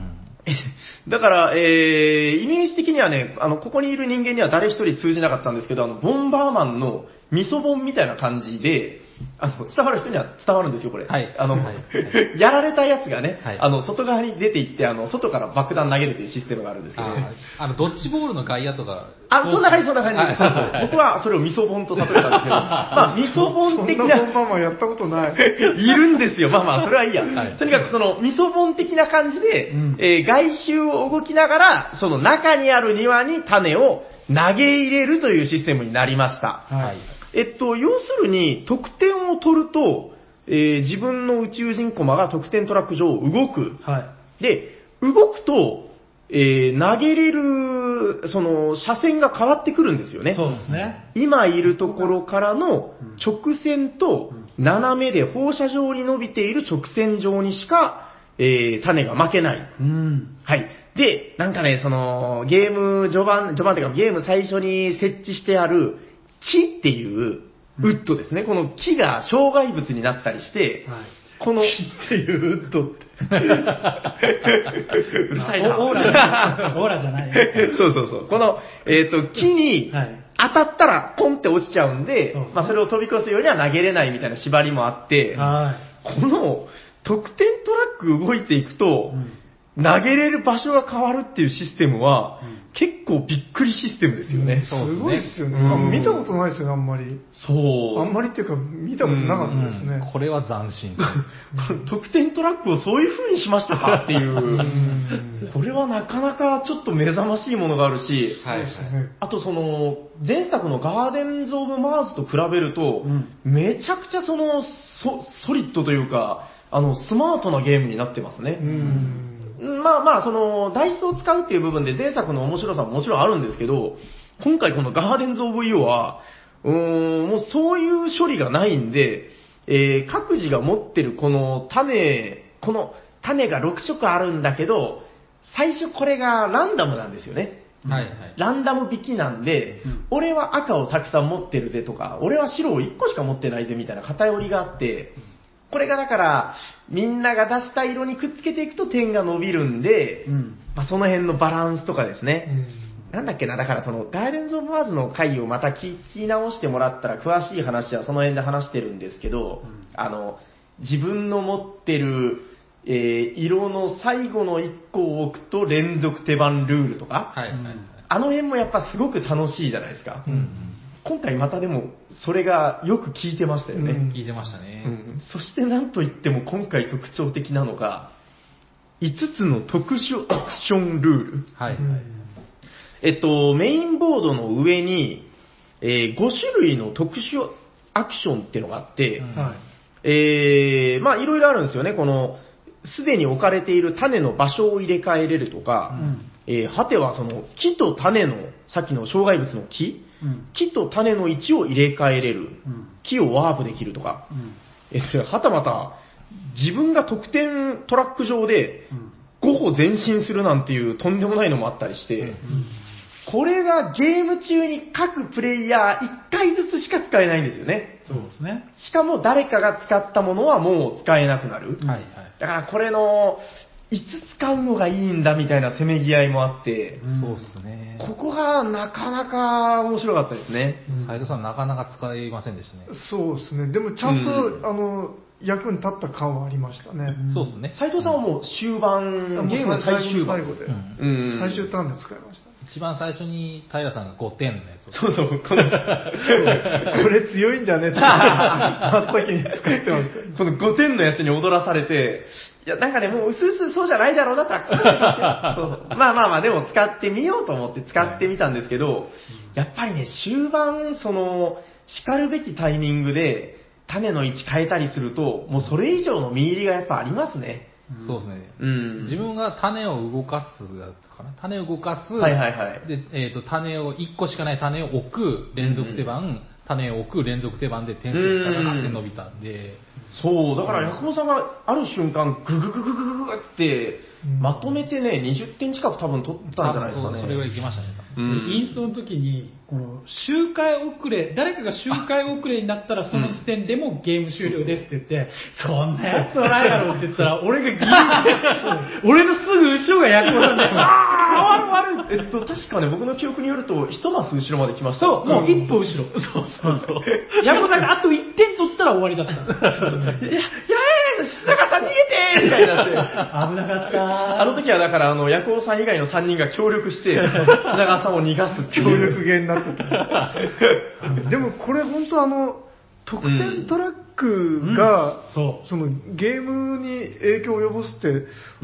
だから、えー、イメージ的にはね、あの、ここにいる人間には誰一人通じなかったんですけど、あの、ボンバーマンの味噌ボンみたいな感じで、あの、伝わる人には伝わるんですよ、これ。 はい。 あの、 はい、 やられたやつがね、 はい、 あの、外側に出て行って、あの、外から爆弾投げるというシステムがあるんですけど、 あ, あの、ドッジボールの外野とか。 あ、そんな感じ、そんな感じです。そうそう僕はそれを味噌ボンと例えたんですけど、まあ、味噌ボン的な。 そんなボンバーマンやったことない。 いるんですよ。まあまあ、それはいいや。はい、とにかくその、味噌ボン的な感じで、うん、えー、外周を動きながら、その中にある庭に種を投げ入れるというシステムになりました。はい。えっと、要するに、得点を取ると、えー、自分の宇宙人コマが得点トラック上動く。はい。で、動くと、えー、投げれる、その、車線が変わってくるんですよね。 そうですね。 今いるところからの直線と、斜めで放射状に伸びている直線上にしか、えー、種が負けない。うん。はい。で、なんかね、その、ゲーム序盤、序盤というかゲーム最初に設置してある、木っていうウッドですね。この木が障害物になったりして、はい、この、木っていうウッドって。 うるさいな。 オーラ、オーラじゃない。 そうそうそう。この、えっと、木に当たったらポンって落ちちゃうんで、はい、まあそれを飛び越すようには投げれないみたいな縛りもあって、はい、この得点トラック動いていくと、うん、投げれる場所が変わるっていうシステムは、うん結構びっくりシステムですよね。 うん、すごいですよね、うん。見たことないですよね、あんまり。 そう。 あんまりっていうか、見たことなかったですね。 うん、これは斬新。 得点トラックをそういう風にしましたかっていう。これはなかなかちょっと目覚ましいものがあるし、はいはい、あとその、前作のガーデンズ・オブ・マーズと比べると、うん、めちゃくちゃそのソ、ソリッドというか、あの、スマートなゲームになってますね。うんまあまあ、その、ダイスを使うっていう部分で前作の面白さももちろんあるんですけど、今回このガーデンズ・オブ・イオは、うーん、もうそういう処理がないんで、えー、各自が持ってるこの種、この種がろく色あるんだけど、最初これがランダムなんですよね。はいはい。ランダム引きなんで、うん、俺は赤をたくさん持ってるぜとか、俺は白をいっこしか持ってないぜみたいな偏りがあって、これがだから、みんなが出した色にくっつけていくと点が伸びるんで、うん、まあ、その辺のバランスとかですね。うん、なんだっけな、だからその、ガーデンズ・オブ・ワーズの回をまた聞き直してもらったら、詳しい話はその辺で話してるんですけど、うん、あの、自分の持ってる、えー、色の最後のいっこを置くと連続手番ルールとか、はいはいはい、あの辺もやっぱすごく楽しいじゃないですか。うんうん今回またでも、それがよく効いてましたよね。 うん、効いてましたね、 うん。そしてなんといっても今回特徴的なのが、いつつの特殊アクションルール。はい、はい。えっと、メインボードの上に、えー、ご種類の特殊アクションっていうのがあって、うんはい、えー、まあいろいろあるんですよね。この、すでに置かれている種の場所を入れ替えれるとか、うんえー、果てはその木と種の、さっきの障害物の木、うん、木と種の位置を入れ替えれる、うん、木をワープできるとか、うん、えっと、はたまた自分が得点トラック上でご歩前進するなんていうとんでもないのもあったりして、うん、これがゲーム中に各プレイヤーいっかいずつしか使えないんですよね。 そうですね。 しかも誰かが使ったものはもう使えなくなる。はいはい、だからこれのいつ使うのがいいんだみたいなせめぎ合いもあって、 うん、そうですね。 ここがなかなか面白かったですね。 斉藤さんなかなか使いませんでしたね。 そうですね。でもちゃんと、うん、あの、役に立った感はありましたね。 うん、そうですね。 斉藤さんはもう終盤、うん、ゲーム最終盤。 最後で、うん、最終ターンで使いました。 一番最初に平さんがごてんのやつを。 そうそう、このこれ強いんじゃねって真っ先に使ってました。 このごてんのやつに踊らされて、いや、なんかね、もう薄々そうじゃないだろうなとはそうまあまあまあ、でも使ってみようと思って使ってみたんですけど、はい、やっぱりね、終盤、その、叱るべきタイミングで、種の位置変えたりすると、もうそれ以上の見入りがやっぱありますね。 そうですね。うん、自分が種を動かすだったかな。種を動かす。 はいはいはい。 で、えっ、ー、と、種を、いっこしかない種を置く連続手番、うん、種を置く連続手番で点数がガーって伸びたんで。 そう、だから、ヤクモさんがある瞬間、グググググググって、まとめてね、にじゅってん近く多分取ったんじゃないですかね。 それぐらいいきましたね。 うん、インストの時に、この周回遅れ、誰かが周回遅れになったらその時点でもゲーム終了ですって言って、そんなやつはないだろうって言ったら、俺がギリギリ、俺のすぐ後ろがヤコウさんで、あー、終わる終わる。 えっと、確かね、僕の記憶によると、一マス後ろまで来ました。 そう、もう一歩後ろ。そうそうそう。ヤコウさんがあといってん取ったら終わりだった。いや、 やえー、中さん逃げてーみたいになって。 危なかったあの時はだから、あの、ヤコウさん以外のさんにんが協力して、砂川さんを逃がすっていう。 協力ゲーになってた。でもこれ本当あの、得点トラックが、うんうん、そのゲームに影響を及ぼすって、うん、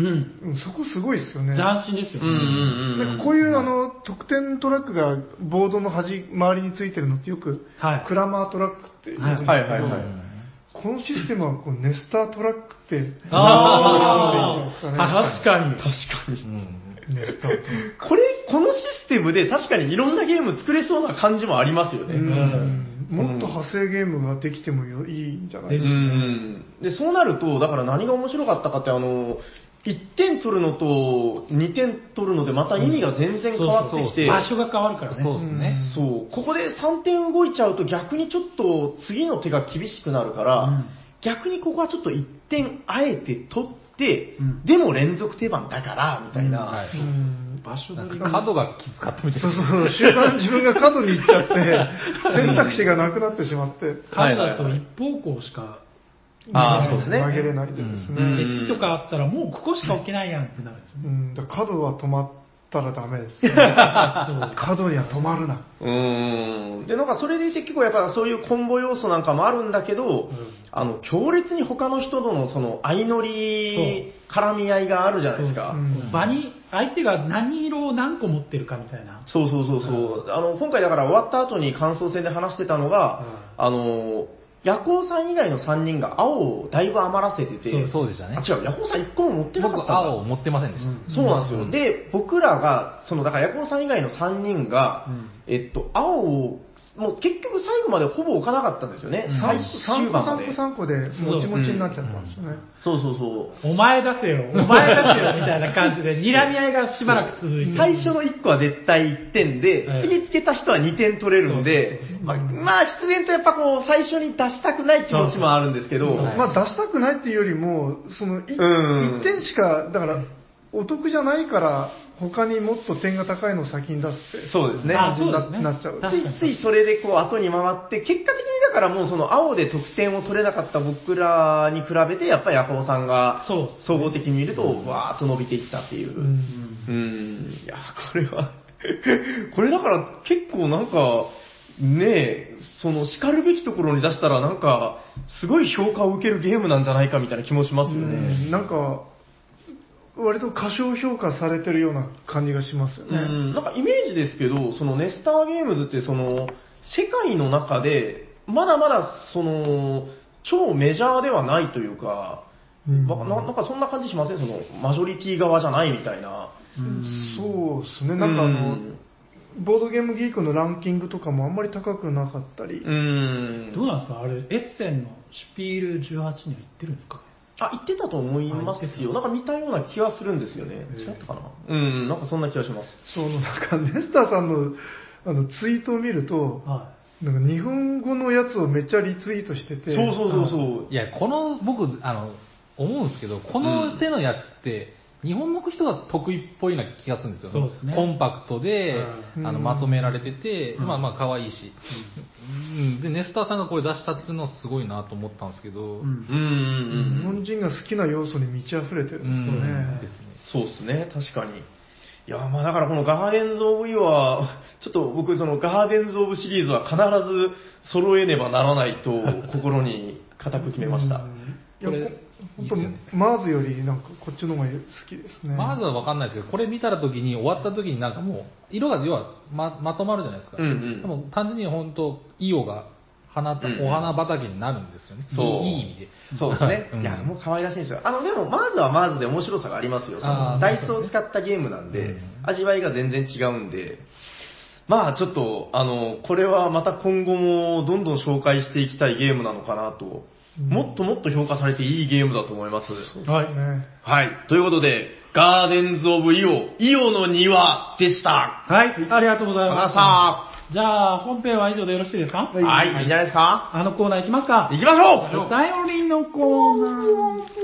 そこすごいですよね。 斬新ですよね。 なんかこういうあの得点トラックがボードの端周りについてるのってよく、はい、クラマートラックって言うんですけど、はいはいはいはい、このシステムはこうネスタートラックって、 ああ、確かに。 確かに。うんネスタートこれ、このシステムで確かにいろんなゲーム作れそうな感じもありますよね。うんもっと派生ゲームができてもいいんじゃないですか、ね。 うんで、そうなると、だから何が面白かったかって、あの、いってん取るのとにてん取るのでまた意味が全然変わってきて、 場所が変わるからね。 そうですね。そう。ここでさんてん動いちゃうと逆にちょっと次の手が厳しくなるから、うん、逆にここはちょっといってんあえて取って、うん、でも連続手番だから、みたいな。うんはいうん場所取りが角がきつかったみたいな。 そうそう、終盤自分が角に行っちゃって、選択肢がなくなってしまって。 角だと一方向しか、 ああ、そうですね。 曲げれないでですね。 敵とかあったらもうここしか置けないやんってなるんですよね。 うん、だ角は止まったらダメです、ね。角には止まるな。 うーん。で、なんかそれでいて結構やっぱそういうコンボ要素なんかもあるんだけど、うん、あの、強烈に他の人とのその相乗り、絡み合いがあるじゃないですか。 うん、場に、相手が何色を何個持ってるかみたいな。 そうそうそうそう。うん、あの、今回だから終わった後に感想戦で話してたのが、うん、あの、ヤコウさん以外のさんにんが青をだいぶ余らせてて、 そうそうでしたね。 あ、違う、ヤコウさんいっこも持ってなかったんだ。 僕青を持ってませんでした。うん、 そうなんですよ。うん、で、僕らが、その、だからヤコウさん以外のさんにんが、うん、えっと、青を、もう結局最後までほぼ置かなかったんですよね。うん、最終盤まで。 さんこさんこでもちもちになっちゃったんですよね。 そうそうそう。お前出せよ、お前出せよ、みたいな感じで、睨み合いがしばらく続いて。 最初のいっこは絶対いってんで、はい、次つけた人はにてん取れるんで、まあ、まあ、必然とやっぱこう、最初に出したくない気持ちもあるんですけど。 はい、まあ、出したくないっていうよりも、その、いってんしか、だから、お得じゃないから、他にもっと点が高いのを先に出すって。 そうですね。 あ、そうですね。 なっちゃう。 ついついそれでこう後に回って、結果的にだからもうその青で得点を取れなかった僕らに比べて、やっぱりヤコウさんが総合的に見ると、わーっと伸びていったっていう。うん。うん。いや、これは、これだから結構なんか、ねえ、その叱るべきところに出したらなんか、すごい評価を受けるゲームなんじゃないかみたいな気もしますよね。 うん、なんか、割と過小評価されてるような感じがしますよね。 うん、なんかイメージですけど、そのネスターゲームズってその、世界の中で、まだまだその、超メジャーではないというか、うん、ななんかそんな感じしません？その、マジョリティ側じゃないみたいな。 うん、そうですね。なんかあの、うん、ボードゲームギークのランキングとかもあんまり高くなかったり。 うん。どうなんですかあれ、エッセンのシュピールじゅうはちには行ってるんですか？ あ、言ってたと思いますよ。なんか見たような気はするんですよね。違ったかな？うん、なんかそんな気がします。 そう、なんかネスターさんのあのツイートを見ると、はい、なんか日本語のやつをめっちゃリツイートしてて。 そうそうそうそう。 いや、この、僕、あの、思うんですけど、この手のやつって、うん、日本の人が得意っぽいな気がするんですよ。 そうですね。 コンパクトで、うん、あのまとめられてて、うん、まあまあ可愛いし、うん、で、ネスターさんがこれ出したっていうのはすごいなと思ったんですけど、うんうん、日本人が好きな要素に満ち溢れてるんですよね。うん、ですね。 そうですね、確かに。いや、まあだからこのガーデンズ・オブ・イは、ちょっと僕そのガーデンズ・オブシリーズは必ず揃えねばならないと心に固く決めました。 これ本当、ね、マーズよりなんかこっちの方が好きですね。 マーズは分かんないですけど、これ見たら時に終わった時になんかもう色が要は ま, まとまるじゃないですか。うんうん、でも単純に本当イオが花、うんうん、お花畑になるんですよね。そういい意味で。 そうですね。うん、いやもう可愛らしいんですよ。あのでもマーズはマーズで面白さがありますよ。そのダイスを使ったゲームなんで、うん、味わいが全然違うんで。まあちょっとあのこれはまた今後もどんどん紹介していきたいゲームなのかなと。もっともっと評価されていいゲームだと思います。 はいね。 はい。ということで、 ガーデンズ・オブ・イオ、イオの庭でした。 はい、ありがとうございます。 さじゃあ、本編は以上でよろしいですか？ はい、はい、いいんじゃないですか？ あのコーナー行きますか？ 行きましょう。 お便りのコーナー。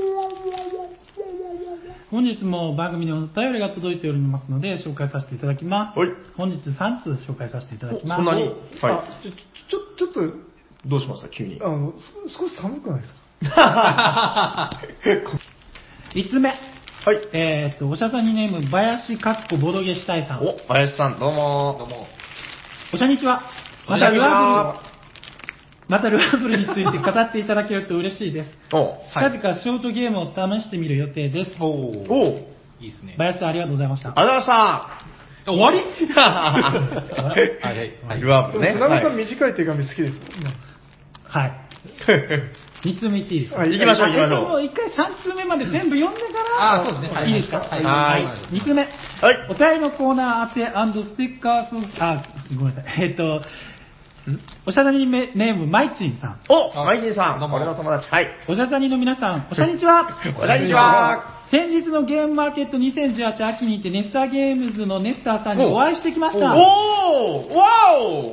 本日も番組にお便りが届いておりますので、紹介させていただきます。はい。本日さん通紹介させていただきます。 そんなに？はい。 ちょ、ちょ、ちょっと、 どうしました急に。 あの、少し寒くないですか？ いつつめ。 はい。 えーっと、おしゃさんにネーム、林かっこボドゲしたいさん。 お、林さん、どうもどうも。 おしゃにちは。またルアブル、またルアブルについて語っていただけると嬉しいです。 お、 近々ショートゲームを試してみる予定です。 おおいいですね。 林さんありがとうございました。 ありがとうございました。 終わりはいはい。ルアブルね。 なかなか短い手紙好きですもんね。 はい。に通目いっていいですか？ 行きましょう行きましょう。 もう一回さん通目まで全部読んでから、 あ、そうですね。 いいですか？ はい。 はい。 に通目。 はい。 お便りのコーナー当て&ステッカーソース、あ、ごめんなさい。えっと、おしゃさにネーム、まいちんさん。 お、まいちんさん。 どうも。 俺の友達。はい。 おしゃさにの皆さん、おしゃにちは。 おしゃにちは。 先日のゲームマーケットにせんじゅうはち秋にてネスターゲームズのネスターさんにお会いしてきました。 おーわお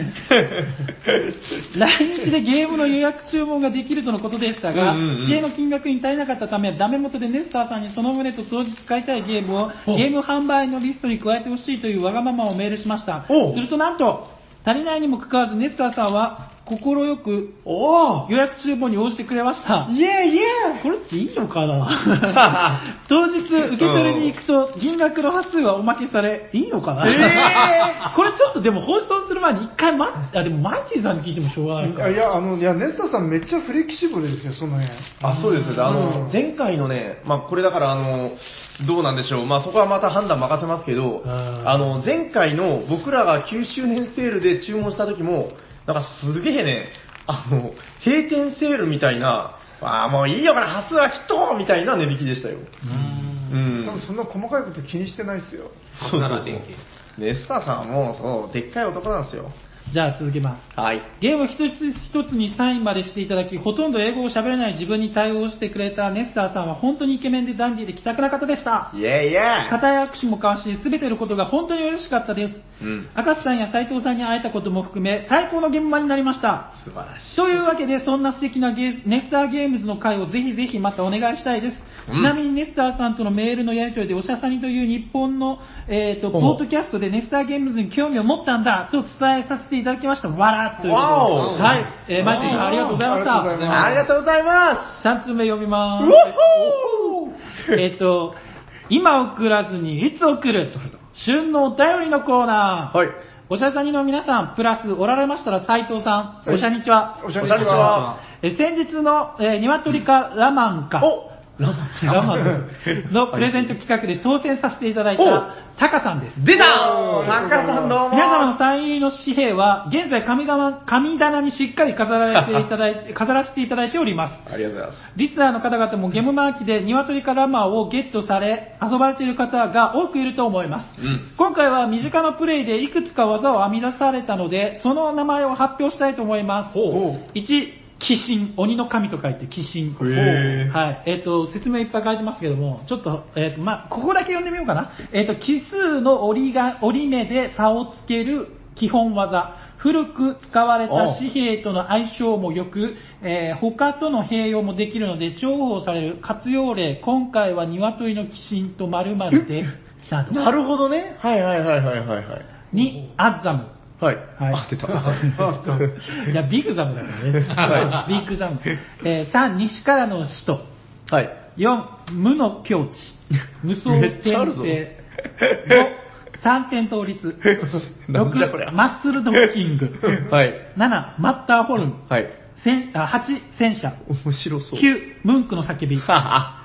来日でゲームの予約注文ができるとのことでしたが、 うんうんうん、 規定の金額に足りなかったため、ダメ元でネスターさんにその旨と当日買いたいゲームをゲーム販売のリストに加えてほしいというわがままをメールしました。するとなんと、足りないにもかかわらずネスターさんは、心よく予約注文に応じてくれました。 イェーイイェーイこれっていいのかな当日受け取りに行くと銀額の端数はおまけされ、いいのかな、えー、これちょっとでも放送する前に一回待って、あ、でもマイチーさんに聞いてもしょうがないか。 いや、あの、いや、ネスタさんめっちゃフレキシブルですよ、その辺。 あ、そうですよ。あの、前回のね、まあこれだからあの、どうなんでしょう。まあそこはまた判断任せますけど、あの、前回の僕らがきゅうしゅうねんセールで注文した時も、なんかすげえね、あの、閉店セールみたいな、ああ、もういいよ、これ、端数はきっとみたいな値引きでしたよ。 うーん。 うん。 多分そんな細かいこと気にしてないっすよ。 そうそうそう。ネスターさんはもう、そう、でっかい男なんですよ。 じゃあ続けます。 はい。 ゲーム一つ一つにサインまでしていただき、ほとんど英語を喋れない自分に対応してくれたネスターさんは本当にイケメンでダンディーで気さくな方でした。 イェイイェイ。 固い握手も交わし、すべてのことが本当に嬉しかったです。うん。赤瀬さんや斉藤さんに会えたことも含め、最高の現場になりました。 素晴らしい。 というわけで、そんな素敵なゲネスターゲームズの会をぜひぜひまたお願いしたいです。うん、ちなみにネスターさんとのメールのやり取りで、おしゃさにという日本の、えーと、ポッドキャストでネスターゲームズに興味を持ったんだと伝えさせていただきました。わらということで。はい。えー、マイチさんありがとうございました。 ありがとうございます。 さん通目読みます。えっと、今送らずにいつ送る旬のお便りのコーナー。はい。おしゃさにの皆さん、プラスおられましたら斉藤さん、おしゃにちは。 おしゃにちは。 え先日の、えー、鶏かラマンか。おラマンのプレゼント企画で当選させていただいたタカさんです。 出たタカさんどうも。 皆様のサイン入りの紙幣は現在神棚、神棚にしっかり飾られていただいて、飾らせていただいております。 ありがとうございます。 リスナーの方々もゲームマーキで鶏かラマーをゲットされ、遊ばれている方が多くいると思います。うん、今回は身近なプレイでいくつか技を編み出されたので、その名前を発表したいと思います。いち鬼神、鬼の神と書いて鬼神。はい。えっ、ー、と、説明いっぱい書いてますけども、ちょっと、えっ、ー、と、まあ、ここだけ読んでみようかな。えっ、ー、と、奇数の折りが、折り目で差をつける基本技。古く使われた紙幣との相性も良く、えー、他との併用もできるので重宝される活用例。今回は鶏の鬼神と〇〇で、 なるほどね。はいはいはいはいはい。 に、アッザム。 はい。はい。あ、出た。 いや、ビッグザムだからね。はい。ビッグザム。えー、さん、西からの使徒。 はい。 よん、無の境地。無双転生。ご、三点倒立。ろく、マッスルドッキング。はい。なな、マッターホルン。はい。はち、戦車。 面白そう。 きゅう、ムンクの叫び。はい。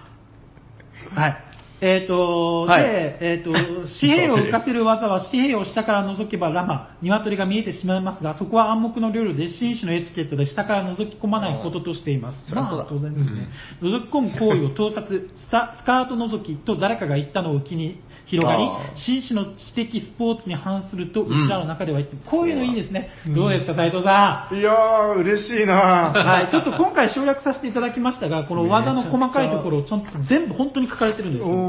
えっ、ー、と、はい、で、えっ、ー、と、紙幣を浮かせる技は紙幣を下から覗けばラマ、鶏が見えてしまいますが、そこは暗黙のルールで紳士のエチケットで下から覗き込まないこととしています。まあ、当然ですね。うん、覗き込む行為を盗撮、スタ、スカート覗きと誰かが言ったのを気に広がり、紳士の知的スポーツに反すると、うちらの中では言って、うん、こういうのいいですね。うん、どうですか、斉藤さん。いやー、嬉しいなはい、ちょっと今回省略させていただきましたが、この技の細かいところをちゃんと全部本当に書かれてるんですよ。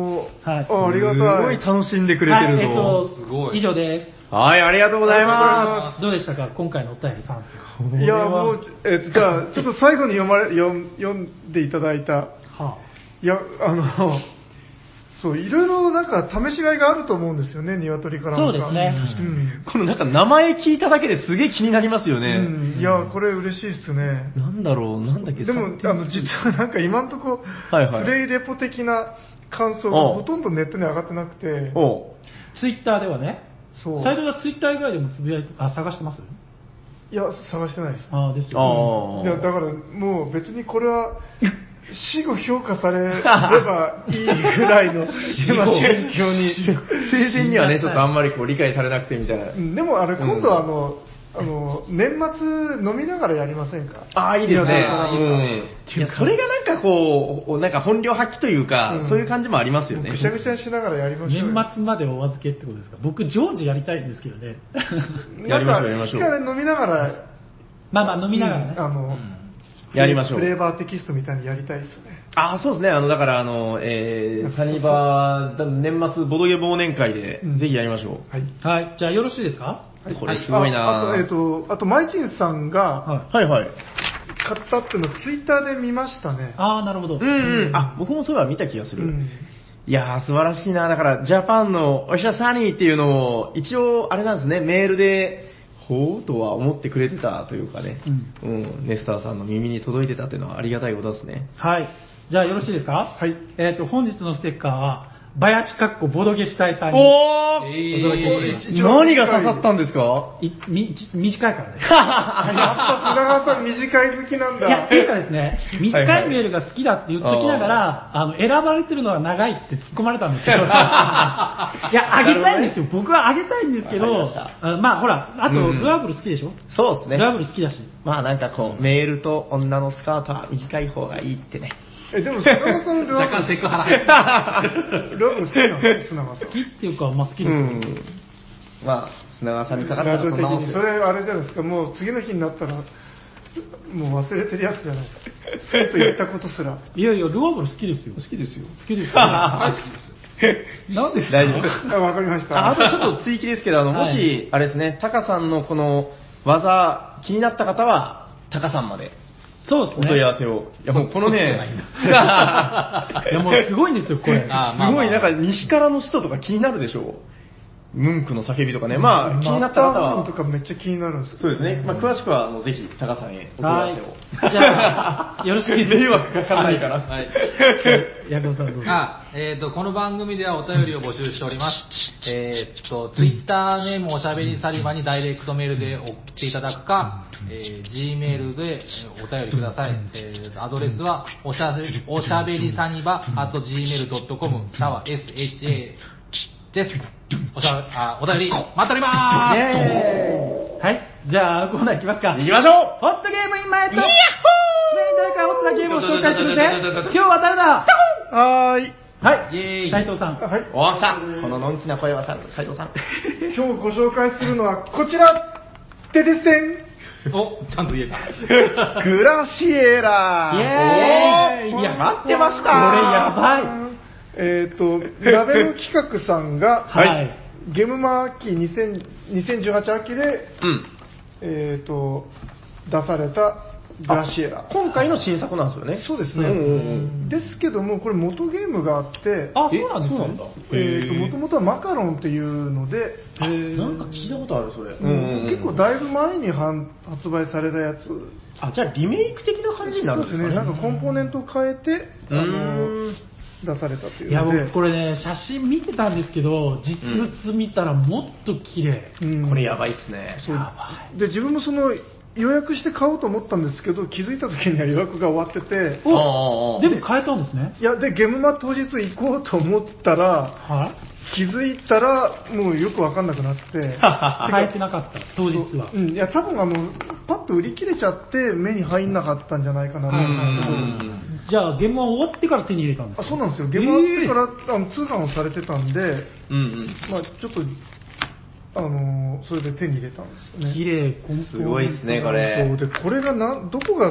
おー、 はいあありがたい。 すごい楽しんでくれてるぞ。 はい、えっと、 すごい以上です。 はい、ありがとうございまどうでしたか、今回のお便りさんといや、もう、えっと、じゃあ、ちょっと最後に読まれ、読ん読んでいただいた、 はあ、 いや、あの、そう、いろいろなんか試しがいがあると思うんですよね、鶏からも。 そうですね。 うん。 す。このなんか名前聞いただけですげえ気になりますよね。 うん、いや、これ嬉しいっすね。 なんだろう、なんだっけ。 でも、あの、実はなんか今んとこ、 はいはいプレイレポ的な感想がほとんどネットに上がってなくて、 おうツイッターではね、 そう。 サイトがツイッター以外でもつぶやいて、あ、探してますいや、探してないです。 ああ、ですよ、 ああ。 いや、だからもう別にこれは、死後評価されればいいぐらいの、今心境に。 生前にはね、ちょっとあんまりこう理解されなくてみたいな。 うんでもあれ、今度あの、あの、年末飲みながらやりませんか？ ああ、いいですね。 いやうん。いや、それがなんかこう、なんか本領発揮というか、 うんそういう感じもありますよね。 ぐしゃぐしゃしながらやりましょうよ。 年末までお預けってことですか。僕、常時やりたいんですけどね。 やりましょうやりましょうなんか一回飲みながら、 まあまあ、飲みながらね。 うんあの、 やりましょうフレーバーテキストみたいにやりたいですね。 ああ、そうですね。あの、だから、あの、えー、サニバー、年末ボドゲ忘年会で、 うんぜひやりましょはい。 はい。じゃあ、よろしいですか？ う。これすごいなああと、えっ、と、あと、マイチンさんがははいはい。 買ったっていうのをツイッターで見ましたね。 ああ、なるほど。 うんうん。あ、僕もそういえば見た気がする。 うんいやー、素晴らしいな。だから、ジャパンのおしゃサニーっていうのを、一応、あれなんですね、メールで、ほうとは思ってくれてたというかね、うん、ネスターさんの耳に届いてたっていうのはありがたいことですね。 はい。じゃあ、よろしいですか？ はい。 えっ、と、本日のステッカーは、バヤシカッコボドゲ主体さんに。 おー、 えお届けします何が刺さったんですかいみち短いからね。 あやっぱ砂川さん短い好きなんだ。 いや、っていうかですね、短はいはいいメールが好きだって言っときながら、あの、選ばれてるのが長いって突っ込まれたんですけど、いや、あげたいんですよ。僕はあげたいんですけど、 わかりましたあまあ、ほら、あと、 うんルアブル好きでしょ？ そうですね。 ルアブル好きだし。 まあなんかこう、メールと女のスカートは短い方がいいってね。 え、でも砂川さんルア若干セクハラ。 ルアブル好きなんですか、砂川さん好。きっていうか、まあ好きうですよ。 ん。まあ、砂川さんにかかったらラジオ的に。 そんなもんですよ。 それあれじゃないですか、もう次の日になったら、もう忘れてるやつじゃないですか。すっと言ったことすら。 いやいや、ルアブル好きですよ。 好きですよ。 好きですよ。 大好きですよ。 なんですか？ 大丈夫。 あ、わかりました。 ああとちょっと追記ですけど、あの、もはしい、 あれですね、タカさんのこの技、気になった方は、タカさんまでそうですね。 お問い合わせを。いやもうこのね、 いや、もうすごいんですよ、これ。 あーまあすごい、なんか西からの人とか気になるでしょう。ムンクの叫びとかね。まあ、気になった方はマッターフンと、かめっちゃ気になるんですそうですね。まあ、詳しくは、あの、ぜひ、タカさんへお問い合わせを。 はいじゃあよろしいですか迷惑かからないから。 はい。 ヤコさんどうぞ。 あ、えっ、と、この番組ではお便りを募集しております。えっ、と、ツイッターネームおしゃべりサリバにダイレクトメールで送っていただくか、えー、Gmail でえーお便りください。えー、アドレスは、おしゃべおしゃべりサニバ at ジーメールドットコム、シャワー エスエイチエー です。おしゃあ、お便り待っておりまーす。 イェはい。じゃあ、コーナーいきますか。 ーイ行きましょホットゲームインマイヘッド。 イヤッホー指名に誰かホットなゲームを紹介するぜ。今日は誰だ？ はーい。 はい。 イェーイ斉藤さん。 はい。 おーさんこののんきな声はさ、斉藤さん。 今日ご紹介するのはこちら。ててせん。 お、ちゃんと言えた。 グラシエライエーイおーいや待ってましたこれやばい。 えっ、と、ラベル企画さんが、 はい。 ゲームマ秋にせんにじゅうはち秋で、 うん。 えっ、と、出されたグラシエラ。 今回の新作なんですよね。 そうですね、 うんうんうんですけども、これ元ゲームがあって、 あ、そうなんですか？ そうなんだえっ、と、もともとはマカロンっていうので、 あなんか聞いたことある、それ。 うん結構だいぶ前に販発売されたやつ。 あ、じゃあリメイク的な感じになるんですかね。 そうですね、なんかコンポーネントを変えて、あうのーん出されたといういや、 ので。 僕これね、写真見てたんですけど、実物見たらもっと綺麗。 うんこれやばいっすね。 そうで自分もその予約して買おうと思ったんですけど、気づいた時には予約が終わってて、 ああああでも変えたんですね。 いや、で、ゲームマ当日行こうと思ったら、 はい。 気づいたら、もうよくわかんなくなって、 変えてなかった、当日は。 うん、いや、多分あの、パッと売り切れちゃって目に入んなかったんじゃないかなと思うんですけど、 うんじゃあ、現場終わってから手に入れたんですか？ あそうなんですよ、ゲームマってから、あの通販をされてたんで、 うんうん。 まあちょっと、あのーそれで手に入れたんですよね。 綺麗、コンポーネントすごいっすねこれそうで、これがな、どこが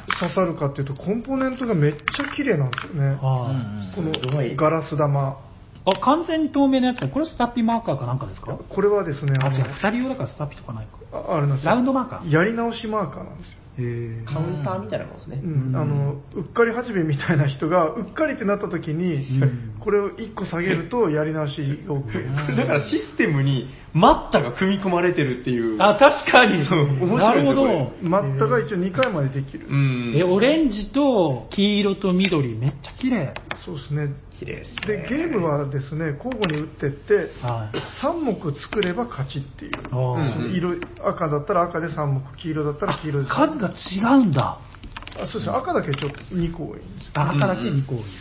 刺さるかっていうと、コンポーネントがめっちゃ綺麗なんですよね。 はこのガラス玉。 あ、完全に透明なやつは、これスタッピマーカーかなんかですか？ これはですね、 あ、 あの違う、二人用だからスタッピとかないか。 ああれなんですよ。 ラウンドマーカー。 やり直しマーカーなんですよ。 へー。 カウンターみたいなもんですね。 うん、あの、うっかり始めみたいな人が、うっかりってなった時に、 うんこれをいっこ下げるとやり直しが OK。 だからシステムにマッタが組み込まれてるっていう。 あ、確かに。 そう面白いですよなるほど。 これマッタが一応にかいまでできる。 うん。 え、オレンジと黄色と緑、めっちゃ綺麗。 そうですね。 綺麗ですね。 で、ゲームはですね、交互に打ってって、 はい。 さん目作れば勝ちっていう。 あーその色、赤だったら赤でさん目、黄色だったら黄色でさん目。 数が違うんだ。 あそうですね、赤だけちょっとにこ多いんですよ。 あ、赤だけにこう。 うん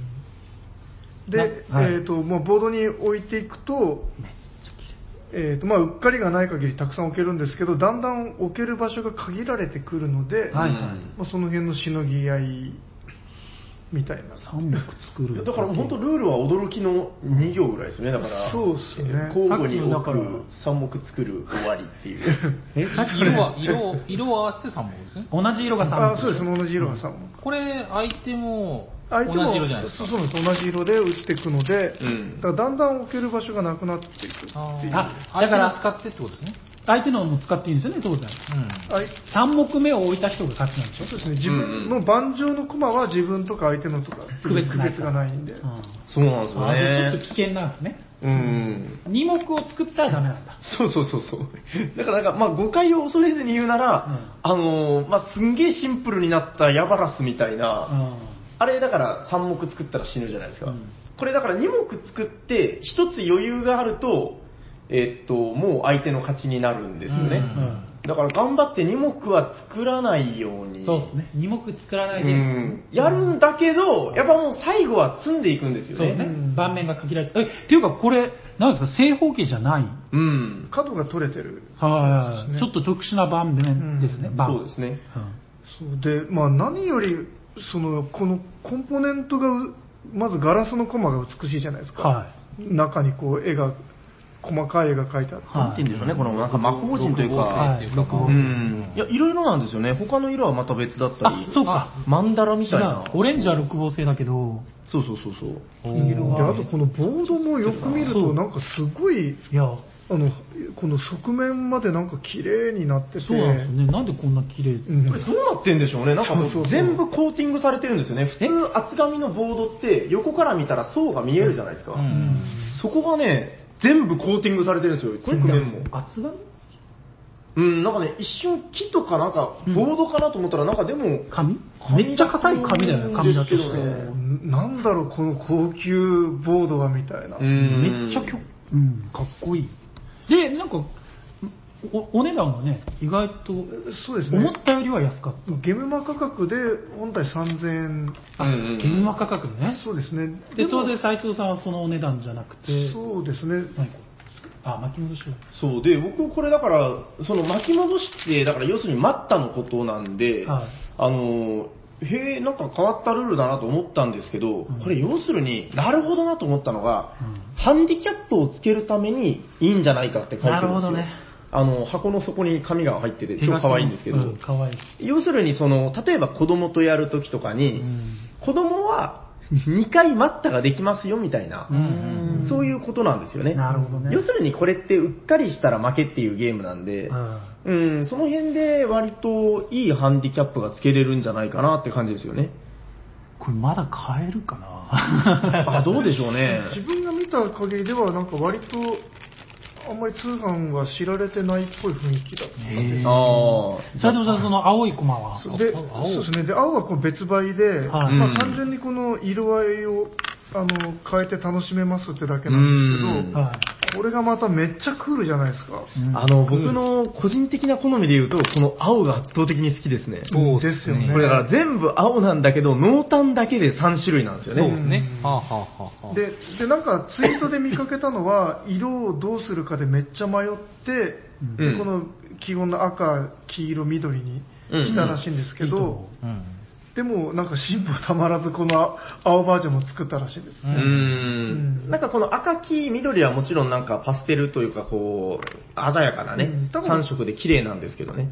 で、 なはいえっ、と、もうボードに置いていくと、えーとまあ、うっかりがない限りたくさん置けるんですけど、だんだん置ける場所が限られてくるので、 はいはいまあ、その辺のしのぎ合いみたいな。 さん目作る。 だから本当ルールは驚きのに行ぐらいですね。だから、 そうですね交互にさっきのだから置く、さん目作る、終わりっていう。 え、さっき色は、色を、色を合わせてさん目ですね。 同じ色がさん目。 あそうですね、同じ色がさん目。 これ、相手も同相手もじ色じゃないですか。 そうなんです、同じ色で打っていくので、 うんだからだんだん置ける場所がなくなっていくっていう。 ああー、だから使ってってことですね。 相手のも使っていいんですよね、当然。 うん。 はいさん目目を置いた人が勝ちなんでしょ。 そうですね、自分の盤上の駒は自分とか相手のとか区別ないがないんで。 うんそうなんですよあじゃあちょっねと危。険なんですね。 うん。 に目を作ったらダメなんだ。 そうそうそうそう。だからなんか、まあ誤解を恐れずに言うなら、 うんあのーまあすんげえシンプルになったヤバラスみたいな、あれだからさん目作ったら死ぬじゃないですか。 うんこれだからに目作ってひとつ余裕があると、えーっと、もう相手の勝ちになるんですよね。 うんだから頑張ってに目は作らないように。 そうですね。に目作らないうで。 ん。やるんだけど、やっぱもう最後は積んでいくんですよね。 そうね。盤面が限られて。え、っていうかこれ、なんですか、正方形じゃない。 うん。 角が取れてる。 はい、 ねちょっと特殊な盤面ですね。 うん盤そうですね。 うんそうで、まあ何より、その、このコンポーネントがう、まずガラスのコマが美しいじゃないですか。 は中にこう絵が、細かい絵が描いてあって。 はいなんて言うんでしょうね、このなんか魔法陣というか、 はい六号う星ん。いや、いろいろなんですよね。他の色はまた別だったり。 あそうかマンダラみたい違な。 うオレンジは六黄星だけど、 そうそうそうそう。 黄色で、 は。 あとこのボードもよく見ると、 そうなんかすごい、 いや、 あの、この側面までなんか綺麗になってて。 そうなんですよね。なんでこんな綺麗。 うんこれどうなってんでしょうね。なんかもそうそうそう全部コーティングされてるんですよね。普通厚紙のボードって横から見たら層が見えるじゃないですか。 うん。 そこがね、全部コーティングされてるんですよ。側面も。 厚紙うん、なんかね、一瞬木とかなんかボードかなと思ったらなんかでも、 紙めっちゃ硬い紙だよね、紙だとですけどねなんだろう、この高級ボードはみたいな。 うんめっちゃきょ、うん、かっこいい。で、なんか、おお値段がね、意外と、 そうですね。 思ったよりは安かった。 ゲームマ価格で本体さんぜんえん。 あ、 うんうんゲームマ価格ね。 そうですね。 で、当も然斉藤さんはそのお値段じゃなくて、 そうですね。 何あ、巻き戻しを。 そうで、僕これだから、その巻き戻しって、だから要するに待ったのことなんで、 はいあの、へえ、なんか変わったルールだなと思ったんですけど、 うんこれ要するになるほどなと思ったのが、 うんハンディキャップをつけるためにいいんじゃないかって書いてるんですよ。 なるほどねあの、箱の底に紙が入ってて、超可愛いんですけど、 うん、可愛い。 要するにその、例えば子供とやるときとかに、 うん子供はにかい待ったができますよみたいな、 うんそういうことなんですよね。 なるほどね要するにこれってうっかりしたら負けっていうゲームなんで、 うんうん、その辺で割といいハンディキャップがつけれるんじゃないかなって感じですよね。 これまだ買えるかなあ、どうでしょうね。 自分が見た限りでは、なんか割と、あんまり通販は知られてないっぽい雰囲気だったんです。 ああ。 斉藤さん、その青いコマはそうで、そうですね。で、青はこう別売で、 はいうんまあ単純にこの色合いを、あの、変えて楽しめますってだけなんですけど、 はこれがまためっちゃクールじゃないですか。 い。うんあの、僕の個人的な好みで言うと、この青が圧倒的に好きですね。 そうですよね。 これだから全部青なんだけど、濃淡だけでさん種類なんですよね。 そうですね。はあ、はあはあはあ、 で、で、なんかツイートで見かけたのは、色をどうするかでめっちゃ迷って、 うんでこの基本の赤、黄色、緑にしたらしいんですけど、 うんうんうん。 でもなんか辛抱たまらずこの青バージョンも作ったらしいです。 うーん。なんかこの赤、黄、緑はもちろんなんかパステルというかこう、鮮やかなねうん、多分さん色で綺麗なんですけどね。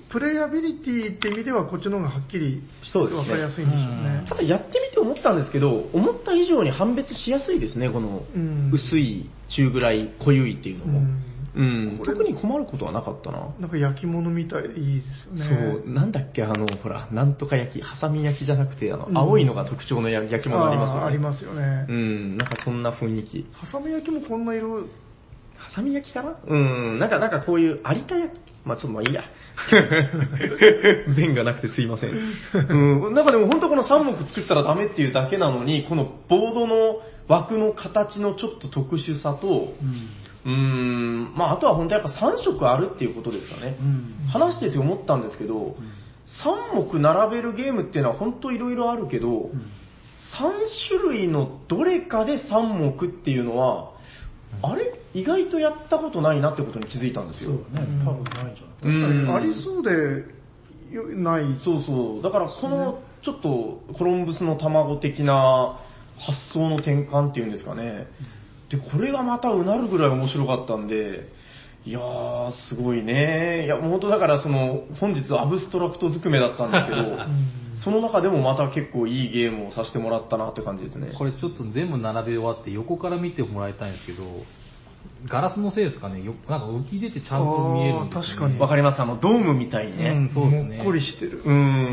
プレイアビリティって意味ではこっちの方がはっきり分かりやすいんでしょうね。 ただやってみて思ったんですけど、思った以上に判別しやすいですね、この薄い、中ぐらい、濃ゆいっていうのも。うんうん、特に困ることはなかったな。 なんか焼き物みたいでいいですよね。 そう、なんだっけ、あの、ほら、なんとか焼き、ハサミ焼きじゃなくて、あの、うん、青いのが特徴の焼き物ありますよね。 あ, ありますよね。 うん、なんかそんな雰囲気。 ハサミ焼きもこんな色、 ハサミ焼きかなうん、なんか、なんかこういう有田焼き、まあちょっとまあいいや。弁がなくてすいません。うん、なんかでも本当このさん目作ったらダメっていうだけなのに、このボードの枠の形のちょっと特殊さと、うんうーん、まああとは本当やっぱさん色あるっていうことですかね。うん、話してて思ったんですけど、うん、さん目並べるゲームっていうのは本当いろいろあるけど、うん、さん種類のどれかでさん目っていうのは、うん、あれ意外とやったことないなってことに気づいたんですよ。 そうね、多分ないじゃん。 うん、ありそうでない。 そうそう。だからこのちょっとコロンブスの卵的な発想の転換っていうんですかね。で、これがまたうなるぐらい面白かったんで、いやー、すごいね。いや、もう本当だからその、本日アブストラクトずくめだったんですけど、その中でもまた結構いいゲームをさせてもらったなって感じですね。 これちょっと全部並べ終わって横から見てもらいたいんですけど、ガラスのせいですかね、よなんか浮き出てちゃんと見えるんですよね。 確かに。 わかります、あの、ドームみたいにね。 うん、そうですね。 もっこりしてる。 うん、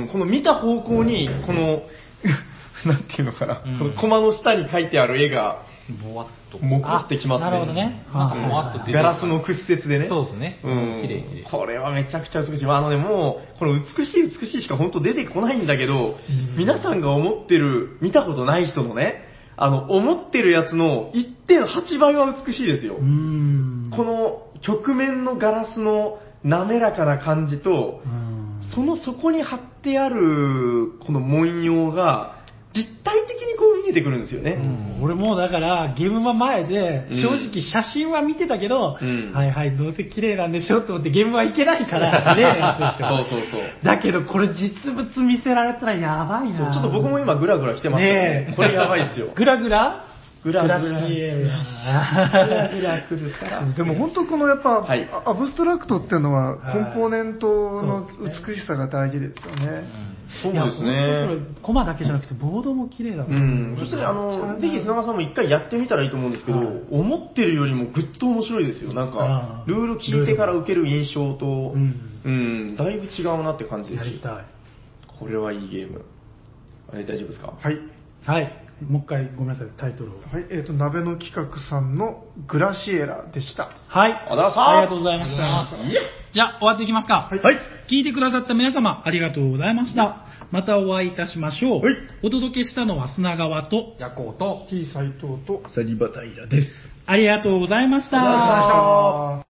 この見た方向に、この、なんていうのかな、うん、このコマの下に書いてある絵が、 もわっと。 もこってきますね。 なるほどね。 なんかもわっと出てガラスの屈折でね。 そうですね。 うん。 綺麗綺麗。 これはめちゃくちゃ美しい。あのね、もう、この美しい美しいしか本当出てこないんだけど、皆さんが思ってる、見たことない人のね、あの、思ってるやつの いってんはち 倍は美しいですよ。うんこの曲面のガラスの滑らかな感じと、その底に貼ってあるこの文様が、立体的にこう見えてくるんですよね。 うん、俺もだからゲームマ前で正直写真は見てたけど、うん、はいはいどうせ綺麗なんでしょと思ってゲームはいけないからねそうそうそう。 だけどこれ実物見せられたらやばいな。 ちょっと僕も今グラグラ来てますね。これやばいですよ。 グラグラグラグラ。 グラシエル。グラグラ来るから。 でも本当このやっぱ、はい、アブストラクトっていうのはコンポーネントの美しさが大事ですよね。 そうですね。 コマだけじゃなくてボードも綺麗だもん。 うん。そしてあの、ぜひ砂川さんも一回やってみたらいいと思うんですけど、思ってるよりもぐっと面白いですよ。なんか、ルール聞いてから受ける印象と、うん、うん、だいぶ違うなって感じですし。やりたい。これはいいゲーム。あれ大丈夫ですか？ はい。はい。もう一回ごめんなさい、タイトルを。 はい、えっ、ー、と、鍋の企画さんのグラシエラでした。 はい。 ありがとうございました。じゃあ、終わっていきますか。 はい。 聞いてくださった皆様、ありがとうございました。またお会いいたしましょう。はい。お届けしたのは砂川と、 ヤコウと、 T 斎藤と、 サリバタイラです。 ありがとうございました。 ありがとうございました。